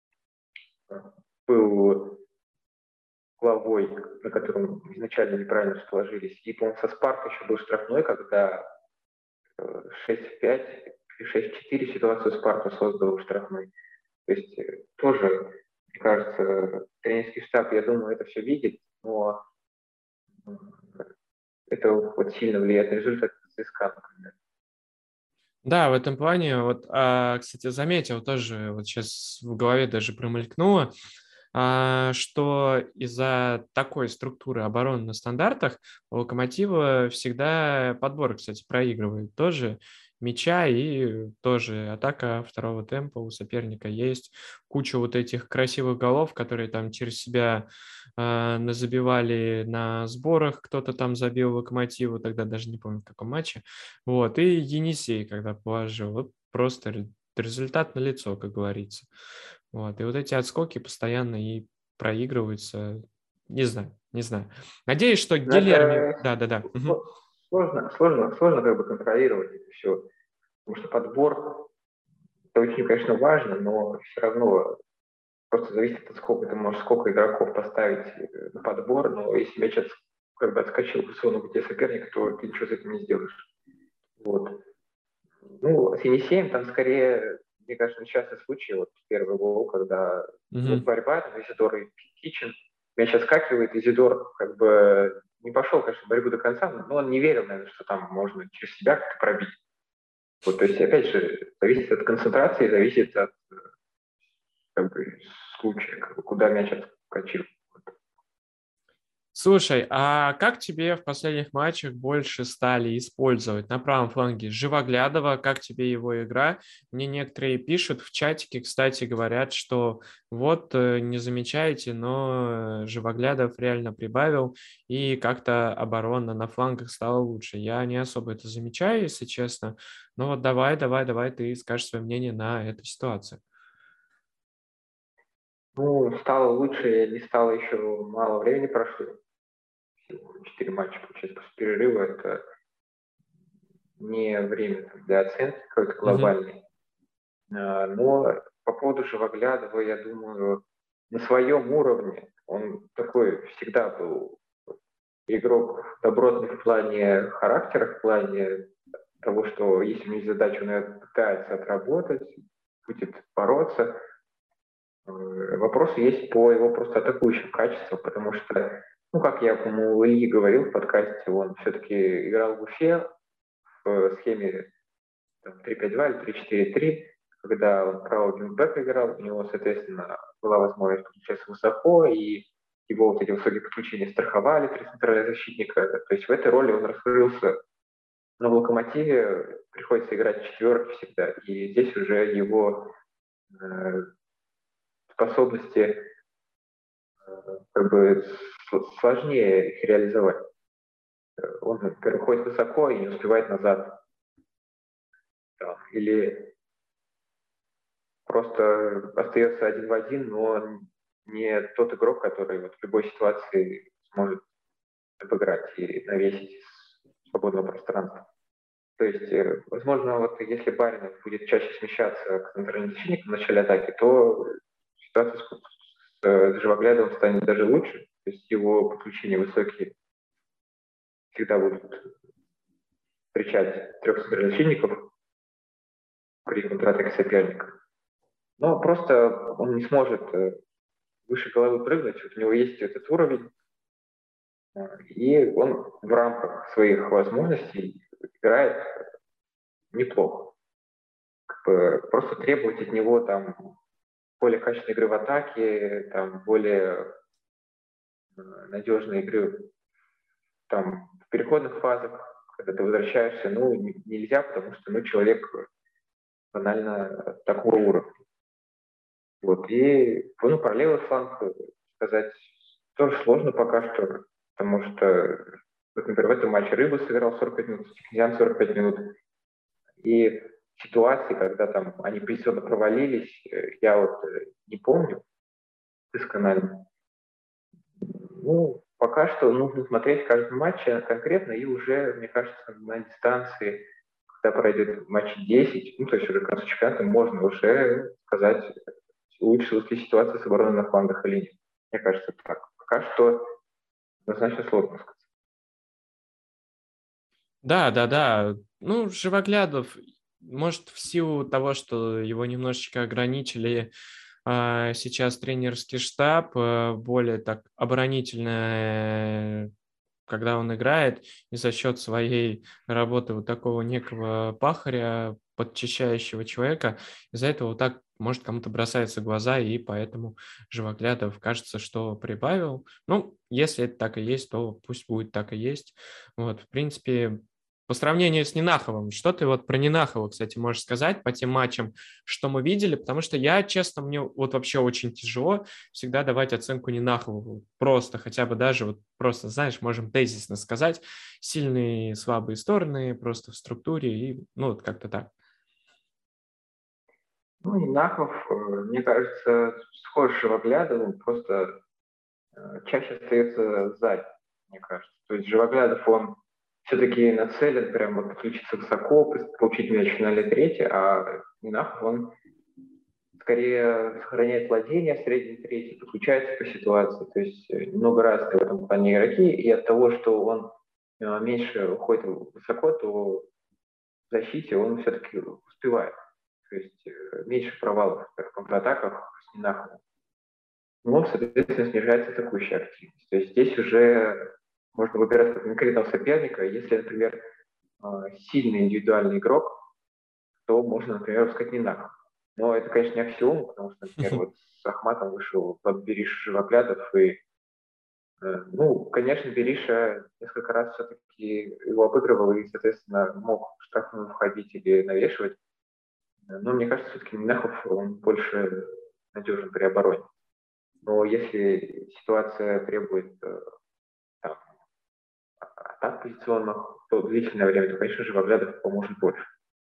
был главой, на котором изначально неправильно расположились. И, по-моему, со Спаркой еще был штрафной, когда 6-5 и 6-4 ситуацию Спарта создал штрафной. То есть тоже, мне кажется, тренерский штаб, я думаю, это все видит, но это вот сильно влияет на результат ЦСКА, например. Да, в этом плане, вот, кстати, заметил тоже, вот сейчас в голове даже промелькнуло, что из-за такой структуры обороны на стандартах у Локомотива всегда подбор, кстати, проигрывает тоже мяча и тоже атака второго темпа у соперника есть. Куча вот этих красивых голов, которые там через себя назабивали на сборах, кто-то там забил Локомотиву, тогда даже не помню в каком матче. Вот, и Енисей, когда положил, вот просто результат налицо, как говорится. Вот, и вот эти отскоки постоянно и проигрываются. Не знаю, не знаю. Надеюсь, что Но Гильерми... это Да-да-да. сложно как бы контролировать это все, потому что подбор, это очень, конечно, важно, но все равно просто зависит от сколько ты можешь, сколько игроков поставить на подбор, но если мяч как бы отскочил в зону, где соперник, то ты ничего с этим не сделаешь. Вот. Ну, с Енисеем там скорее, мне кажется, несчастный случай, вот первый гол, когда вот Мгм. борьба, там, Изидор и Кичин, мяч отскакивает, Изидор как бы не пошел, конечно, в борьбу до конца, но он не верил, наверное, что там можно через себя как-то пробить. Вот, то есть, опять же, зависит от концентрации, зависит от как бы, случая, как бы, куда мяч отскочил. Слушай, а как тебе в последних матчах больше стали использовать на правом фланге Живоглядова? Как тебе его игра? Мне некоторые пишут в чатике, кстати, говорят, что вот не замечаете, но Живоглядов реально прибавил, и как-то оборона на флангах стала лучше. Я не особо это замечаю, если честно. Но вот давай, ты скажешь свое мнение на эту ситуацию. Ну, стало лучше, не стало еще мало времени прошло. 4 матча, получается, после перерыва. Это не время там, для оценки какой-то Мгм. глобальной. Но по поводу Живоглядова, я думаю, на своем уровне он такой всегда был игрок добротный в плане характера, в плане того, что если у него есть задача, он ее пытается отработать, будет бороться. Вопросы есть по его просто атакующим качествам, потому что, ну, как я, по-моему, у Ильи говорил в подкасте, он все-таки играл в Уфе в схеме там, 3-5-2 или 3-4-3, когда он правого вингбека играл, у него, соответственно, была возможность подключаться высоко, и его вот эти высокие подключения страховали, три центральных защитника. То есть в этой роли он раскрылся. Но в «Локомотиве» приходится играть четверки всегда, и здесь уже его э, способности как бы сложнее их реализовать. Он, например, ходит высоко и не успевает назад. Там, или просто остается один в один, но он не тот игрок, который вот в любой ситуации сможет обыграть и навесить из свободного пространства. То есть, возможно, вот если Баринов будет чаще смещаться к центральным защитникам в начале атаки, то ситуация с Живоглядовым станет даже лучше. То есть его подключения высокие всегда будут встречать трех центральных защитников при контратаке соперника. Но просто он не сможет выше головы прыгнуть. Вот у него есть этот уровень, и он в рамках своих возможностей играет неплохо. Как бы просто требовать от него там более качественной игры в атаке, там более надежной игры там в переходных фазах, когда ты возвращаешься, ну, нельзя, потому что, ну, человек банально такого уровня. Вот, и, ну, про левый фланг сказать тоже сложно пока что, потому что, вот, например, в этом матче Рыба сыграл 45 минут, Степанидян 45 минут, и ситуации, когда там они позиционно провалились, я вот не помню досконально. Ну, пока что нужно смотреть каждый матч конкретно и уже, мне кажется, на дистанции когда пройдет матч 10, ну, то есть уже к концу чемпионата, можно уже сказать, улучшилась ли ситуация с обороной на флангах или нет. Мне кажется, так. Пока что однозначно сложно сказать. Да, да, да. Ну, Живоглядов, может, в силу того, что его немножечко ограничили сейчас тренерский штаб, более так оборонительно, когда он играет, и за счет своей работы вот такого некого пахаря, подчищающего человека, из-за этого вот так может кому-то бросается в глаза, и поэтому Живоглядов кажется, что прибавил. Ну, если это так и есть, то пусть будет так и есть. Вот, в принципе, по сравнению с Нинаховым, что ты вот про Нинахова, кстати, можешь сказать по тем матчам, что мы видели? Потому что я, честно, мне вот вообще очень тяжело всегда давать оценку Нинахову. Просто хотя бы даже вот просто, знаешь, можем тезисно сказать, сильные и слабые стороны просто в структуре и ну вот как-то так. Ну, Нинахов, мне кажется, схож с Живоглядовым, просто чаще остается сзади, мне кажется. То есть Живоглядов, он все-таки нацелен прям вот подключиться высоко, получить мяч в финале трети, а Минахов, он скорее сохраняет владение в средней трети, подключается по ситуации. То есть много раз в этом плане игроки, и от того, что он меньше уходит высоко, то в защите он все-таки успевает. То есть меньше провалов в контратаках с Минаховым. Ну, соответственно, снижается атакующая активность. То есть здесь уже можно выбирать конкретного соперника. Если, например, сильный индивидуальный игрок, то можно, например, сказать Нинахов. Но это, конечно, не аксиома, потому что, например, вот с Ахматом вышел под Бериш Живоглядов, и, ну, конечно, Бериша несколько раз все-таки его обыгрывал и, соответственно, мог в штрафную входить или навешивать. Но мне кажется, все-таки Нинахов, он больше надежен при обороне. Но если ситуация требует там, атак позиционных, то длительное время, то, конечно же, Живоглядов поможет больше.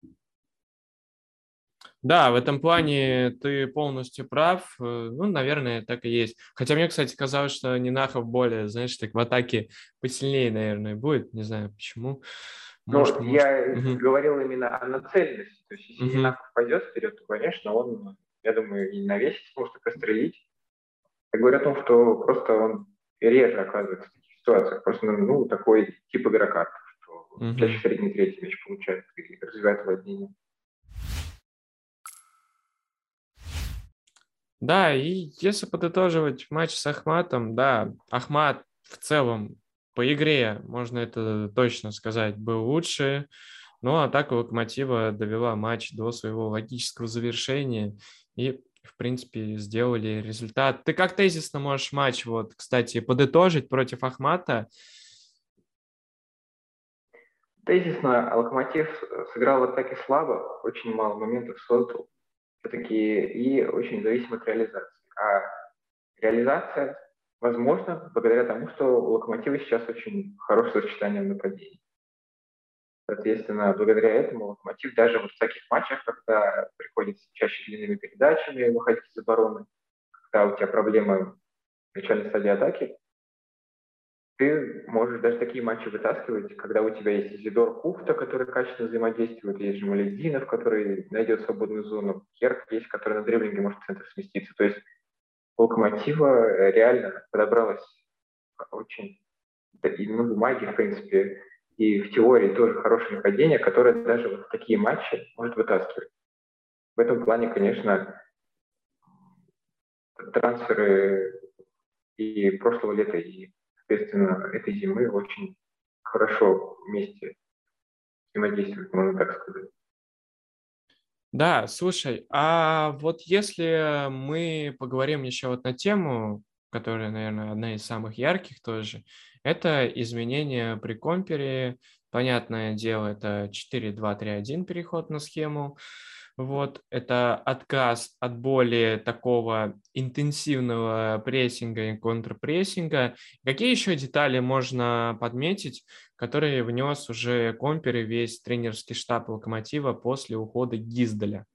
Да, в этом плане ты полностью прав. Ну, наверное, так и есть. Хотя мне, кстати, казалось, что Нинахов более, знаешь, так в атаке посильнее, наверное, будет. Не знаю почему. Может, Но может. я Мгм. говорил именно о нацеленности. То есть, если Мгм. Нинахов пойдет вперед, то, конечно, он, я думаю, и навесить сможет, и прострелить. Я говорю о том, что просто он реже оказывается в таких ситуациях. Просто, ну, такой тип игрока, что чаще Мгм. средний третий мяч получает и развивает владение. Да, и если подытоживать матч с Ахматом, да, Ахмат в целом по игре, можно это точно сказать, был лучше, но атака Локомотива довела матч до своего логического завершения и, в принципе, сделали результат. Ты как тезисно можешь матч, вот, кстати, подытожить против Ахмата? Тезисно, Локомотив сыграл в атаке слабо, очень мало моментов создал, все-таки и очень зависим от реализации. А реализация возможна благодаря тому, что у Локомотива сейчас очень хорошее сочетание нападений. Соответственно, благодаря этому Локомотив даже вот в таких матчах, когда приходится чаще длинными передачами выходить из обороны, когда у тебя проблемы в начальной стадии атаки, ты можешь даже такие матчи вытаскивать, когда у тебя есть Изидор Куфта, который качественно взаимодействует, есть Жамаледдинов, который найдет свободную зону, Керк есть, который на дриблинге может в центр сместиться. То есть у Локомотива реально подобралась очень, и на бумаге, в принципе, и в теории тоже хорошее нападение, которое даже вот в такие матчи может вытаскивать. В этом плане, конечно, трансферы и прошлого лета, и, соответственно, этой зимы очень хорошо вместе взаимодействуют, можно так сказать. Да, слушай, а вот если мы поговорим еще вот на тему, которая, наверное, одна из самых ярких тоже, это изменения при компере. Понятное дело, это 4-2-3-1 переход на схему. Вот, это отказ от более такого интенсивного прессинга и контрпрессинга. Какие еще детали можно подметить, которые внес уже Компер и весь тренерский штаб «Локомотива» после ухода Гиздаля?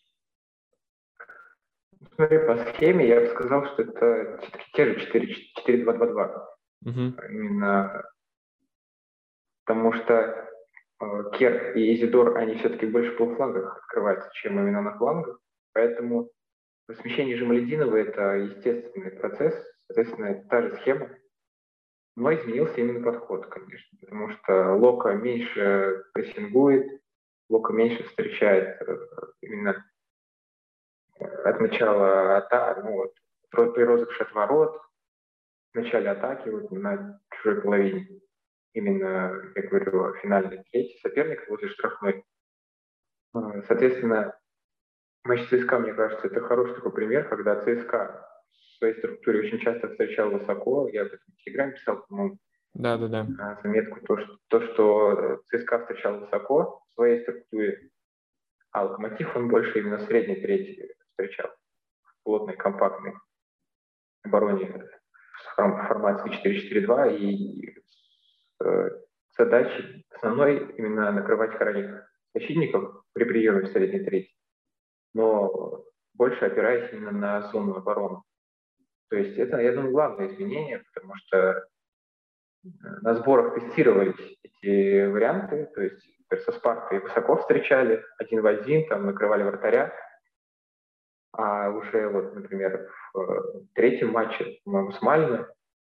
Смотри, по схеме я бы сказал, что это те же 4-2-2-2. Мгм. Именно потому что Кер и Изидор, они все-таки больше в полуфлангах открываются, чем именно на флангах. Поэтому смещение Жамалединова – это естественный процесс, соответственно, это та же схема. Но изменился именно подход, конечно, потому что Лока меньше прессингует, Лока меньше встречает именно от начала атаки, ну, вот, при розыгрыше от ворот, в начале атаки, вот, на чужой половине. Именно, я говорю, финальной трети соперника возле штрафной. Соответственно, матч ЦСКА, мне кажется, это хороший такой пример, когда ЦСКА в своей структуре очень часто встречал высоко. Я в этом в Телеграме писал, по-моему, Да-да-да. заметку, что ЦСКА встречал высоко в своей структуре, а Локомотив он больше именно в средней трети встречал, в плотной, компактной обороне в формации 4-4-2 и задачей основной именно накрывать крайних защитников при приеме в средней трети, но больше опираясь именно на зону обороны. То есть это, я думаю, главное изменение, потому что на сборах тестировались эти варианты, то есть со Спартой высоко встречали, 1-1, там накрывали вратаря, а уже вот, например, в третьем матче, по-моему, с Мальме,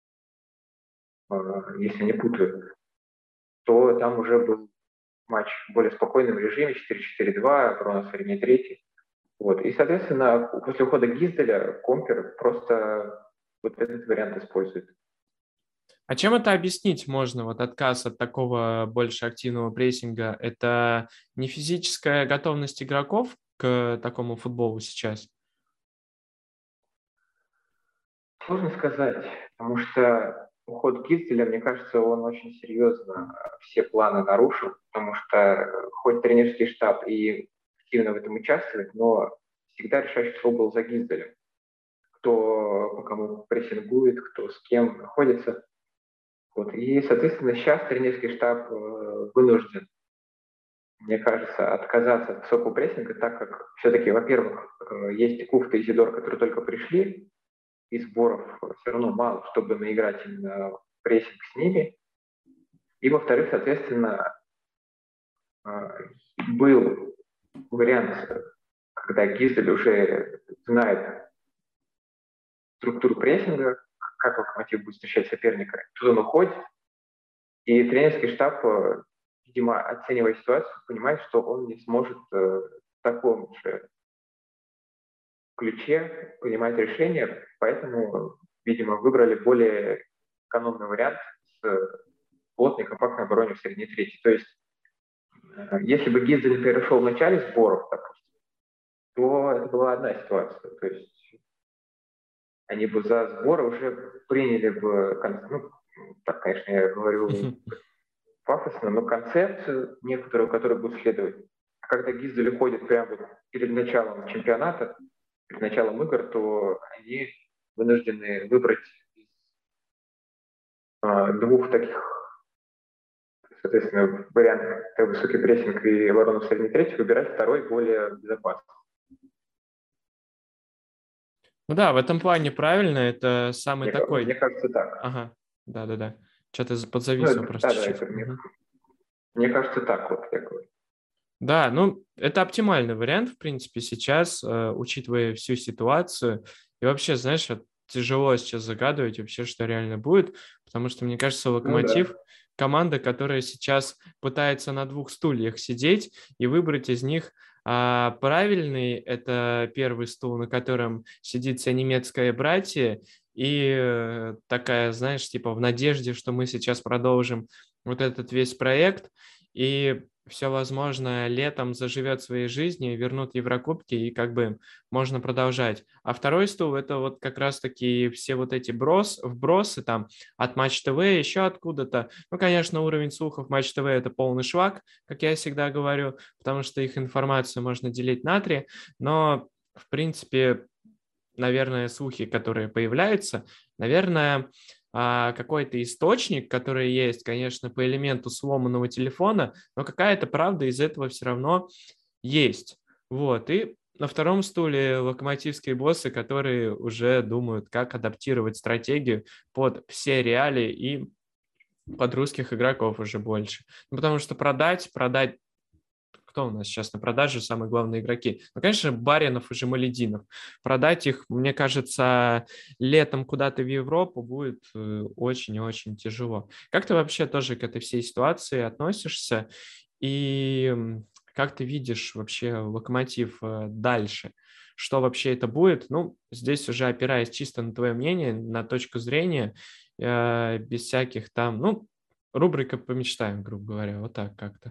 если не путаю, то там уже был матч в более спокойном режиме, 4-4-2, оборона средней трети. Вот. И, соответственно, после ухода Гизделя Компер просто вот этот вариант использует. А чем это объяснить можно, вот отказ от такого больше активного прессинга? Это не физическая готовность игроков к такому футболу сейчас? Сложно сказать, потому что уход Гизделя, мне кажется, он очень серьезно все планы нарушил, потому что хоть тренерский штаб и активно в этом участвует, но всегда решающий слово был за Гизделем. Кто по кому прессингует, кто с кем находится. Вот. И, соответственно, сейчас тренерский штаб вынужден, мне кажется, отказаться от высокого прессинга, так как все-таки, во-первых, есть Куфта и Зидор, которые только пришли, и сборов все равно мало, чтобы наиграть именно прессинг с ними. И, во-вторых, соответственно, был вариант, когда Гизель уже знает структуру прессинга, как Локомотив будет встречать соперника, тут он уходит, и тренерский штаб, видимо, оценивая ситуацию, понимает, что он не сможет в таком же ключе принимать решения, поэтому, видимо, выбрали более экономный вариант с плотной компактной обороне в средней трети. То есть, если бы Гизель перешел в начале сборов, допустим, то это была одна ситуация. То есть они бы за сборы уже приняли бы, ну, так, конечно, я говорю пафосно, но концепцию некоторую, которую будут следовать. А когда Гизель уходит прямо вот перед началом чемпионата, перед началом игр, то они вынуждены выбрать из двух таких, соответственно, вариантов, как высокий прессинг и оборону в средней трети, выбирать второй более безопасный. Ну да, в этом плане правильно, это самый такой... Мне кажется, так. Ага, да-да-да. Что-то подзависло просто чуть-чуть. Мне кажется, так вот, я говорю. Да, ну, это оптимальный вариант, в принципе, сейчас, учитывая всю ситуацию. И вообще, знаешь, вот тяжело сейчас загадывать вообще, что реально будет, потому что, мне кажется, Локомотив команда, которая сейчас пытается на двух стульях сидеть и выбрать из них правильный. Это первый стул, на котором сидит вся немецкая братья, и такая, знаешь, типа в надежде, что мы сейчас продолжим вот этот весь проект, и все возможное летом заживет своей жизнью, вернут Еврокубки, и как бы можно продолжать. А второй стул – это вот как раз-таки все вот эти вбросы там от Матч ТВ, еще откуда-то. Ну, конечно, уровень слухов Матч ТВ – это полный шлак, как я всегда говорю, потому что их информацию можно делить на три, но, в принципе, наверное, слухи, которые появляются, наверное, какой-то источник, который есть, конечно, по элементу сломанного телефона, но какая-то правда из этого все равно есть. Вот. И на втором стуле локомотивские боссы, которые уже думают, как адаптировать стратегию под все реалии и под русских игроков уже больше. Ну, потому что продать, кто у нас сейчас на продаже самые главные игроки? Ну, конечно, Баринов и Жамалединов. Продать их, мне кажется, летом куда-то в Европу будет очень и очень тяжело. Как ты вообще тоже к этой всей ситуации относишься? И как ты видишь вообще Локомотив дальше? Что вообще это будет? Ну, здесь уже опираясь чисто на твое мнение, на точку зрения, без всяких там, ну, рубрика «Помечтаем», грубо говоря, вот так как-то.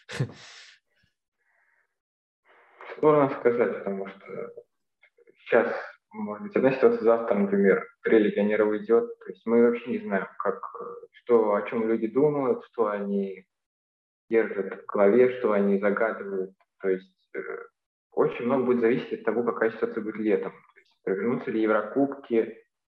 Сложно сказать, потому что сейчас, может быть, одна ситуация, завтра, например, 3 легионера уйдет. То есть мы вообще не знаем, что, о чем люди думают, что они держат в голове, что они загадывают. То есть очень много будет зависеть от того, какая ситуация будет летом. То есть провернутся ли Еврокубки,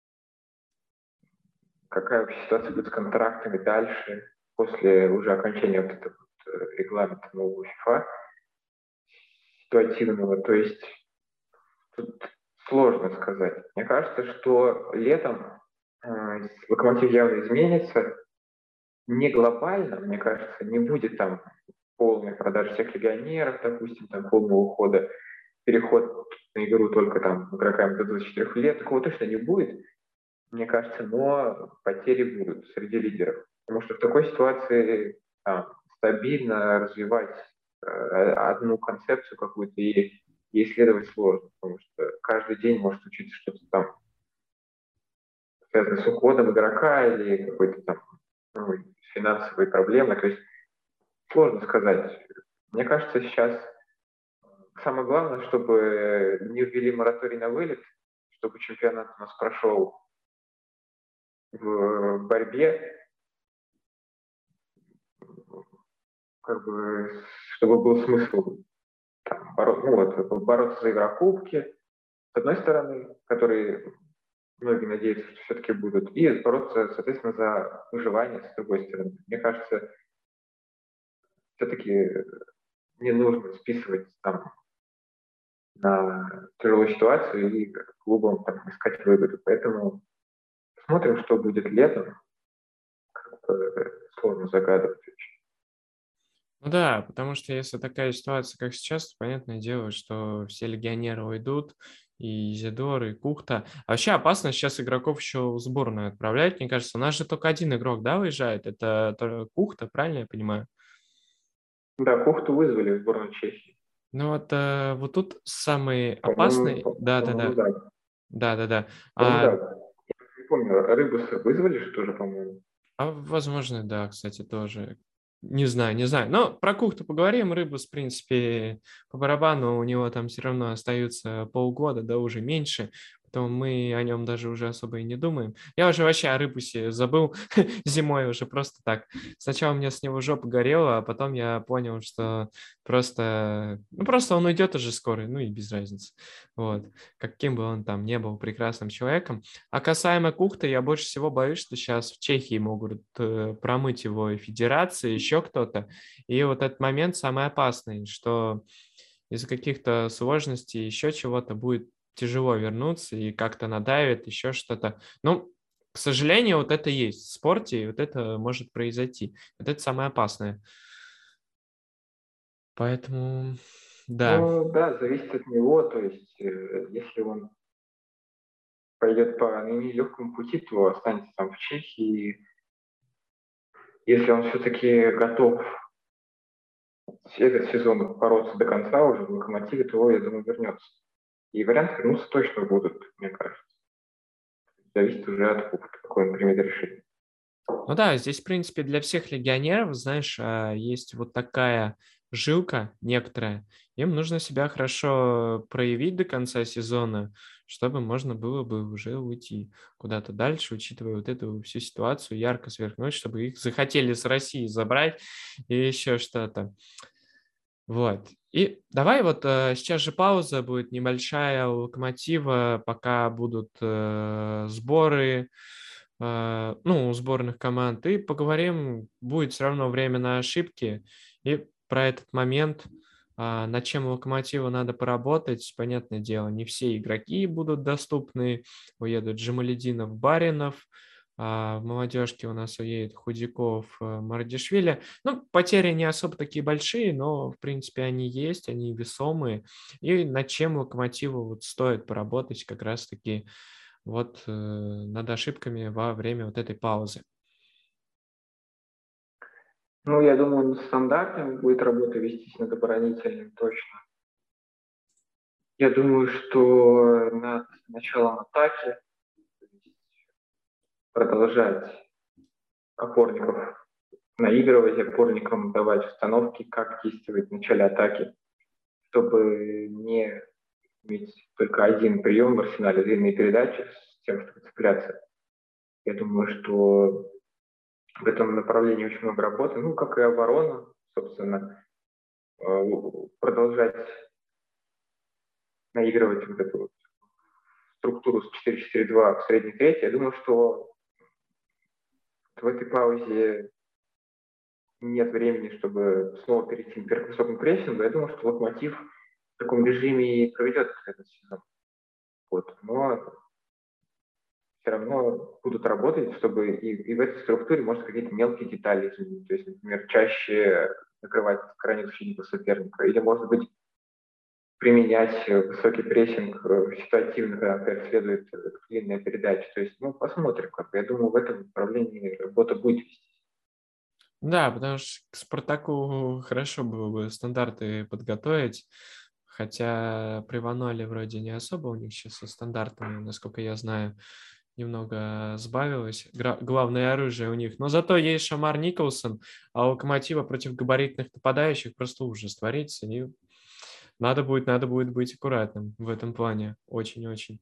какая вообще ситуация будет с контрактами дальше, после уже окончания вот этого регламента нового ФИФА ситуативного. То есть тут сложно сказать. Мне кажется, что летом Локомотив явно изменится. Не глобально, мне кажется, не будет там полной продажи всех легионеров, допустим, там полного ухода, переход на игру только там игрокам до 24 лет. Такого точно не будет, мне кажется, но потери будут среди лидеров. Потому что в такой ситуации стабильно развивать одну концепцию какую-то и исследовать сложно, потому что каждый день может случиться что-то там связанное с уходом игрока или какой-то там финансовой проблемой. То есть сложно сказать. Мне кажется, сейчас самое главное, чтобы не ввели мораторий на вылет, чтобы чемпионат у нас прошел в борьбе, как бы, чтобы был смысл бороться за Еврокубки, с одной стороны, которые многие надеются, что все-таки будут, и бороться, соответственно, за выживание с другой стороны. Мне кажется, все-таки не нужно списывать там на тяжелую ситуацию и клубам там, искать выгоду. Поэтому смотрим, что будет летом. Сложно загадывать. Ну да, потому что если такая ситуация, как сейчас, то понятное дело, что все легионеры уйдут, и Изидор, и Кухта. А вообще опасно сейчас игроков еще в сборную отправлять, мне кажется. У нас же только один игрок, да, выезжает? Это Кухта, правильно я понимаю? Да, Кухту вызвали в сборную Чехии. Ну вот тут самый По-моему, опасный, да-да-да, да. да-да-да. По-моему, А да. Я не помню, Рыбуса вызвали же тоже, по-моему. возможно, да, кстати, тоже. Не знаю, не знаю. Но про Кухту поговорим. Рыбус, в принципе, по барабану у него там все равно остаются полгода, да уже меньше. Поэтому мы о нем даже уже особо и не думаем. Я уже вообще о Рыбусе забыл зимой уже просто так. Сначала у меня с него жопа горела, а потом я понял, что просто он уйдет уже скоро, ну и без разницы. Вот. Каким бы он там не был прекрасным человеком. А касаемо Кухты, я больше всего боюсь, что сейчас в Чехии могут промыть его и федерации, еще кто-то. И вот этот момент самый опасный, что из-за каких-то сложностей, еще чего-то будет тяжело вернуться и как-то надавит, еще что-то. Ну, к сожалению, вот это есть в спорте, и вот это может произойти. Вот это самое опасное. Поэтому, да. Ну, да, зависит от него. То есть, если он пойдет по наименее легкому пути, то останется там в Чехии. Если он все-таки готов этот сезон бороться до конца уже в Локомотиве, то, я думаю, вернется. И варианты вернуться точно будут, мне кажется. Зависит уже от Кухты, какой он примет решение. Ну да, здесь, в принципе, для всех легионеров, знаешь, есть вот такая жилка некоторая. Им нужно себя хорошо проявить до конца сезона, чтобы можно было бы уже уйти куда-то дальше, учитывая вот эту всю ситуацию, ярко сверкнуть, чтобы их захотели с России забрать и еще что-то. Вот. И давай вот сейчас же пауза будет небольшая у Локомотива, пока будут сборы, у сборных команд, и поговорим, будет все равно время на ошибки, и про этот момент, над чем Локомотиву надо поработать, понятное дело, не все игроки будут доступны, уедут Джамалединов, Баринов, В молодежке у нас уедет Худяков, Мардишвили. Ну, потери не особо такие большие, но, в принципе, они есть, они весомые. И над чем Локомотиву вот стоит поработать как раз-таки вот над ошибками во время вот этой паузы. Ну, я думаю, над стандартами будет работа вестись, над оборонительным точно. Я думаю, что над началом атаки продолжать опорников наигрывать, опорникам давать установки, как действовать в начале атаки, чтобы не иметь только один прием в арсенале, длинные передачи с тем, чтобы цепляться. Я думаю, что в этом направлении очень много работы, ну, как и оборона, собственно, продолжать наигрывать вот эту вот структуру с 4-4-2 в средней трети. Я думаю, что в этой паузе нет времени, чтобы снова перейти к высокому прессингу. Я думаю, что Локомотив в таком режиме и проведет этот сезон. Вот. Но все равно будут работать, чтобы и в этой структуре, может, какие-то мелкие детали изменить. То есть, например, чаще накрывать крайних защитников соперника. Или, может быть, применять высокий прессинг ситуативно, когда опять следует длинная передача. То есть, ну, посмотрим. Я думаю, в этом направлении работа будет вести. Да, потому что к «Спартаку» хорошо было бы стандарты подготовить, хотя при Ваноле вроде не особо у них сейчас со стандартами, насколько я знаю, немного сбавилось. Главное оружие у них. Но зато есть Шамар Николсон, а у «Локомотива» против габаритных нападающих просто ужас творится. И надо будет быть аккуратным в этом плане. Очень-очень.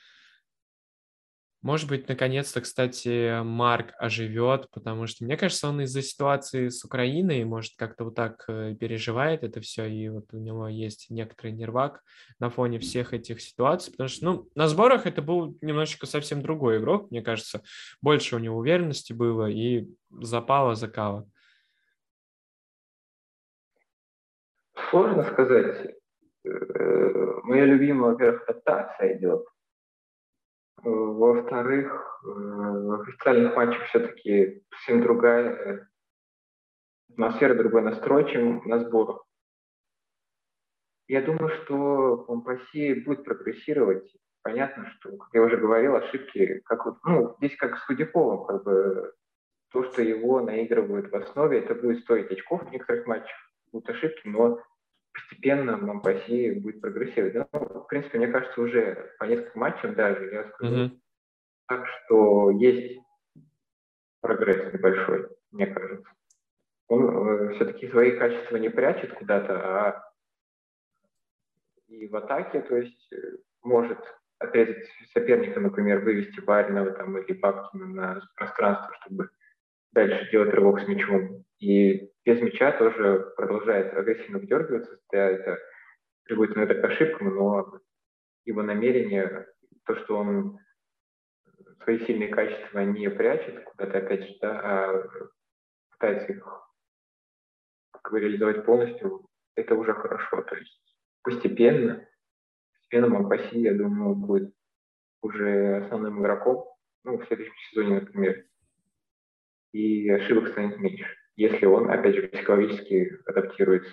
Может быть, наконец-то, кстати, Марк оживет, потому что, мне кажется, он из-за ситуации с Украиной, может, как-то вот так переживает это все, и вот у него есть некоторый нервак на фоне всех этих ситуаций, потому что, ну, на сборах это был немножечко совсем другой игрок, мне кажется, больше у него уверенности было и запала, закала. Сложно сказать. Моя любимая, во-первых, адаптация идет. Во-вторых, в официальных матчах все-таки совсем другая атмосфера, другой настрой, чем на сборах. Я думаю, что Помпаси будет прогрессировать. Понятно, что, как я уже говорил, ошибки, как вот, ну, здесь как с Худяковым, как бы то, что его наигрывают в основе, это будет стоить очков в некоторых матчах, будут ошибки, но постепенно Монпаси будет прогрессировать. Ну, в принципе, мне кажется, уже по нескольким матчам даже, я скажу Мгм. так, что есть прогресс небольшой, мне кажется. Он все-таки свои качества не прячет куда-то, а и в атаке, то есть может отрезать соперника, например, вывести Баринова там, или Бабкина на пространство, чтобы дальше делать рывок с мячом. И без мяча тоже продолжает агрессивно вдергиваться, хотя это приводит иногда к ошибкам, но его намерение, то, что он свои сильные качества не прячет куда-то, опять же, да, а пытается их как бы реализовать полностью, это уже хорошо. То есть постепенно Мапаси, я думаю, будет уже основным игроком, ну, в следующем сезоне, например, и ошибок станет меньше, если он, опять же, психологически адаптируется.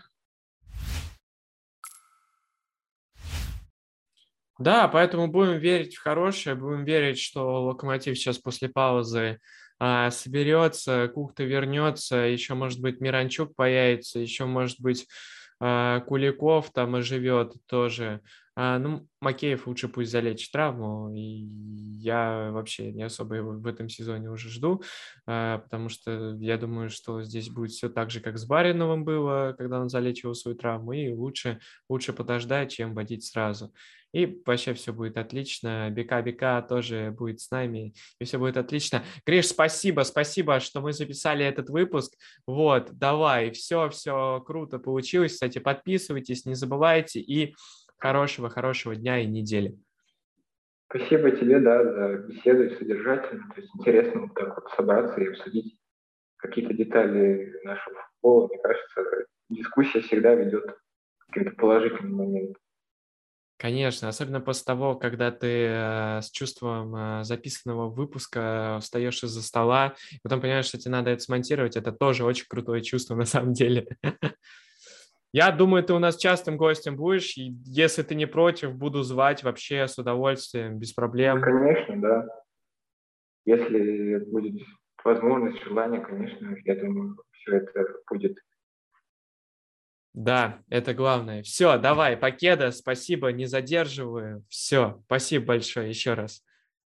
Да, поэтому будем верить в хорошее, будем верить, что Локомотив сейчас после паузы соберется, Кухта вернется, еще, может быть, Миранчук появится, еще, может быть, Куликов там оживет тоже. Ну, Макеев лучше пусть залечит травму, и я вообще не особо его в этом сезоне уже жду, потому что я думаю, что здесь будет все так же, как с Бариновым было, когда он залечивал свою травму, и лучше подождать, чем вводить сразу. И вообще все будет отлично. Бека тоже будет с нами, и все будет отлично. Гриш, спасибо, что мы записали этот выпуск. Вот, давай, все круто получилось. Кстати, подписывайтесь, не забывайте, и хорошего дня и недели. Спасибо тебе, да, за беседу содержательную. То есть интересно вот так вот собраться и обсудить какие-то детали нашего футбола. Мне кажется, дискуссия всегда ведет к каким-то положительным моментам. Конечно, особенно после того, когда ты с чувством записанного выпуска встаешь из-за стола, и потом понимаешь, что тебе надо это смонтировать, это тоже очень крутое чувство на самом деле. Я думаю, ты у нас частым гостем будешь, и если ты не против, буду звать вообще с удовольствием, без Ну, проблем. конечно, да. Если будет возможность, желание, конечно, я думаю, все это будет. Да, это главное. Все, давай, покеда, спасибо, не задерживаю. Все, спасибо большое еще раз.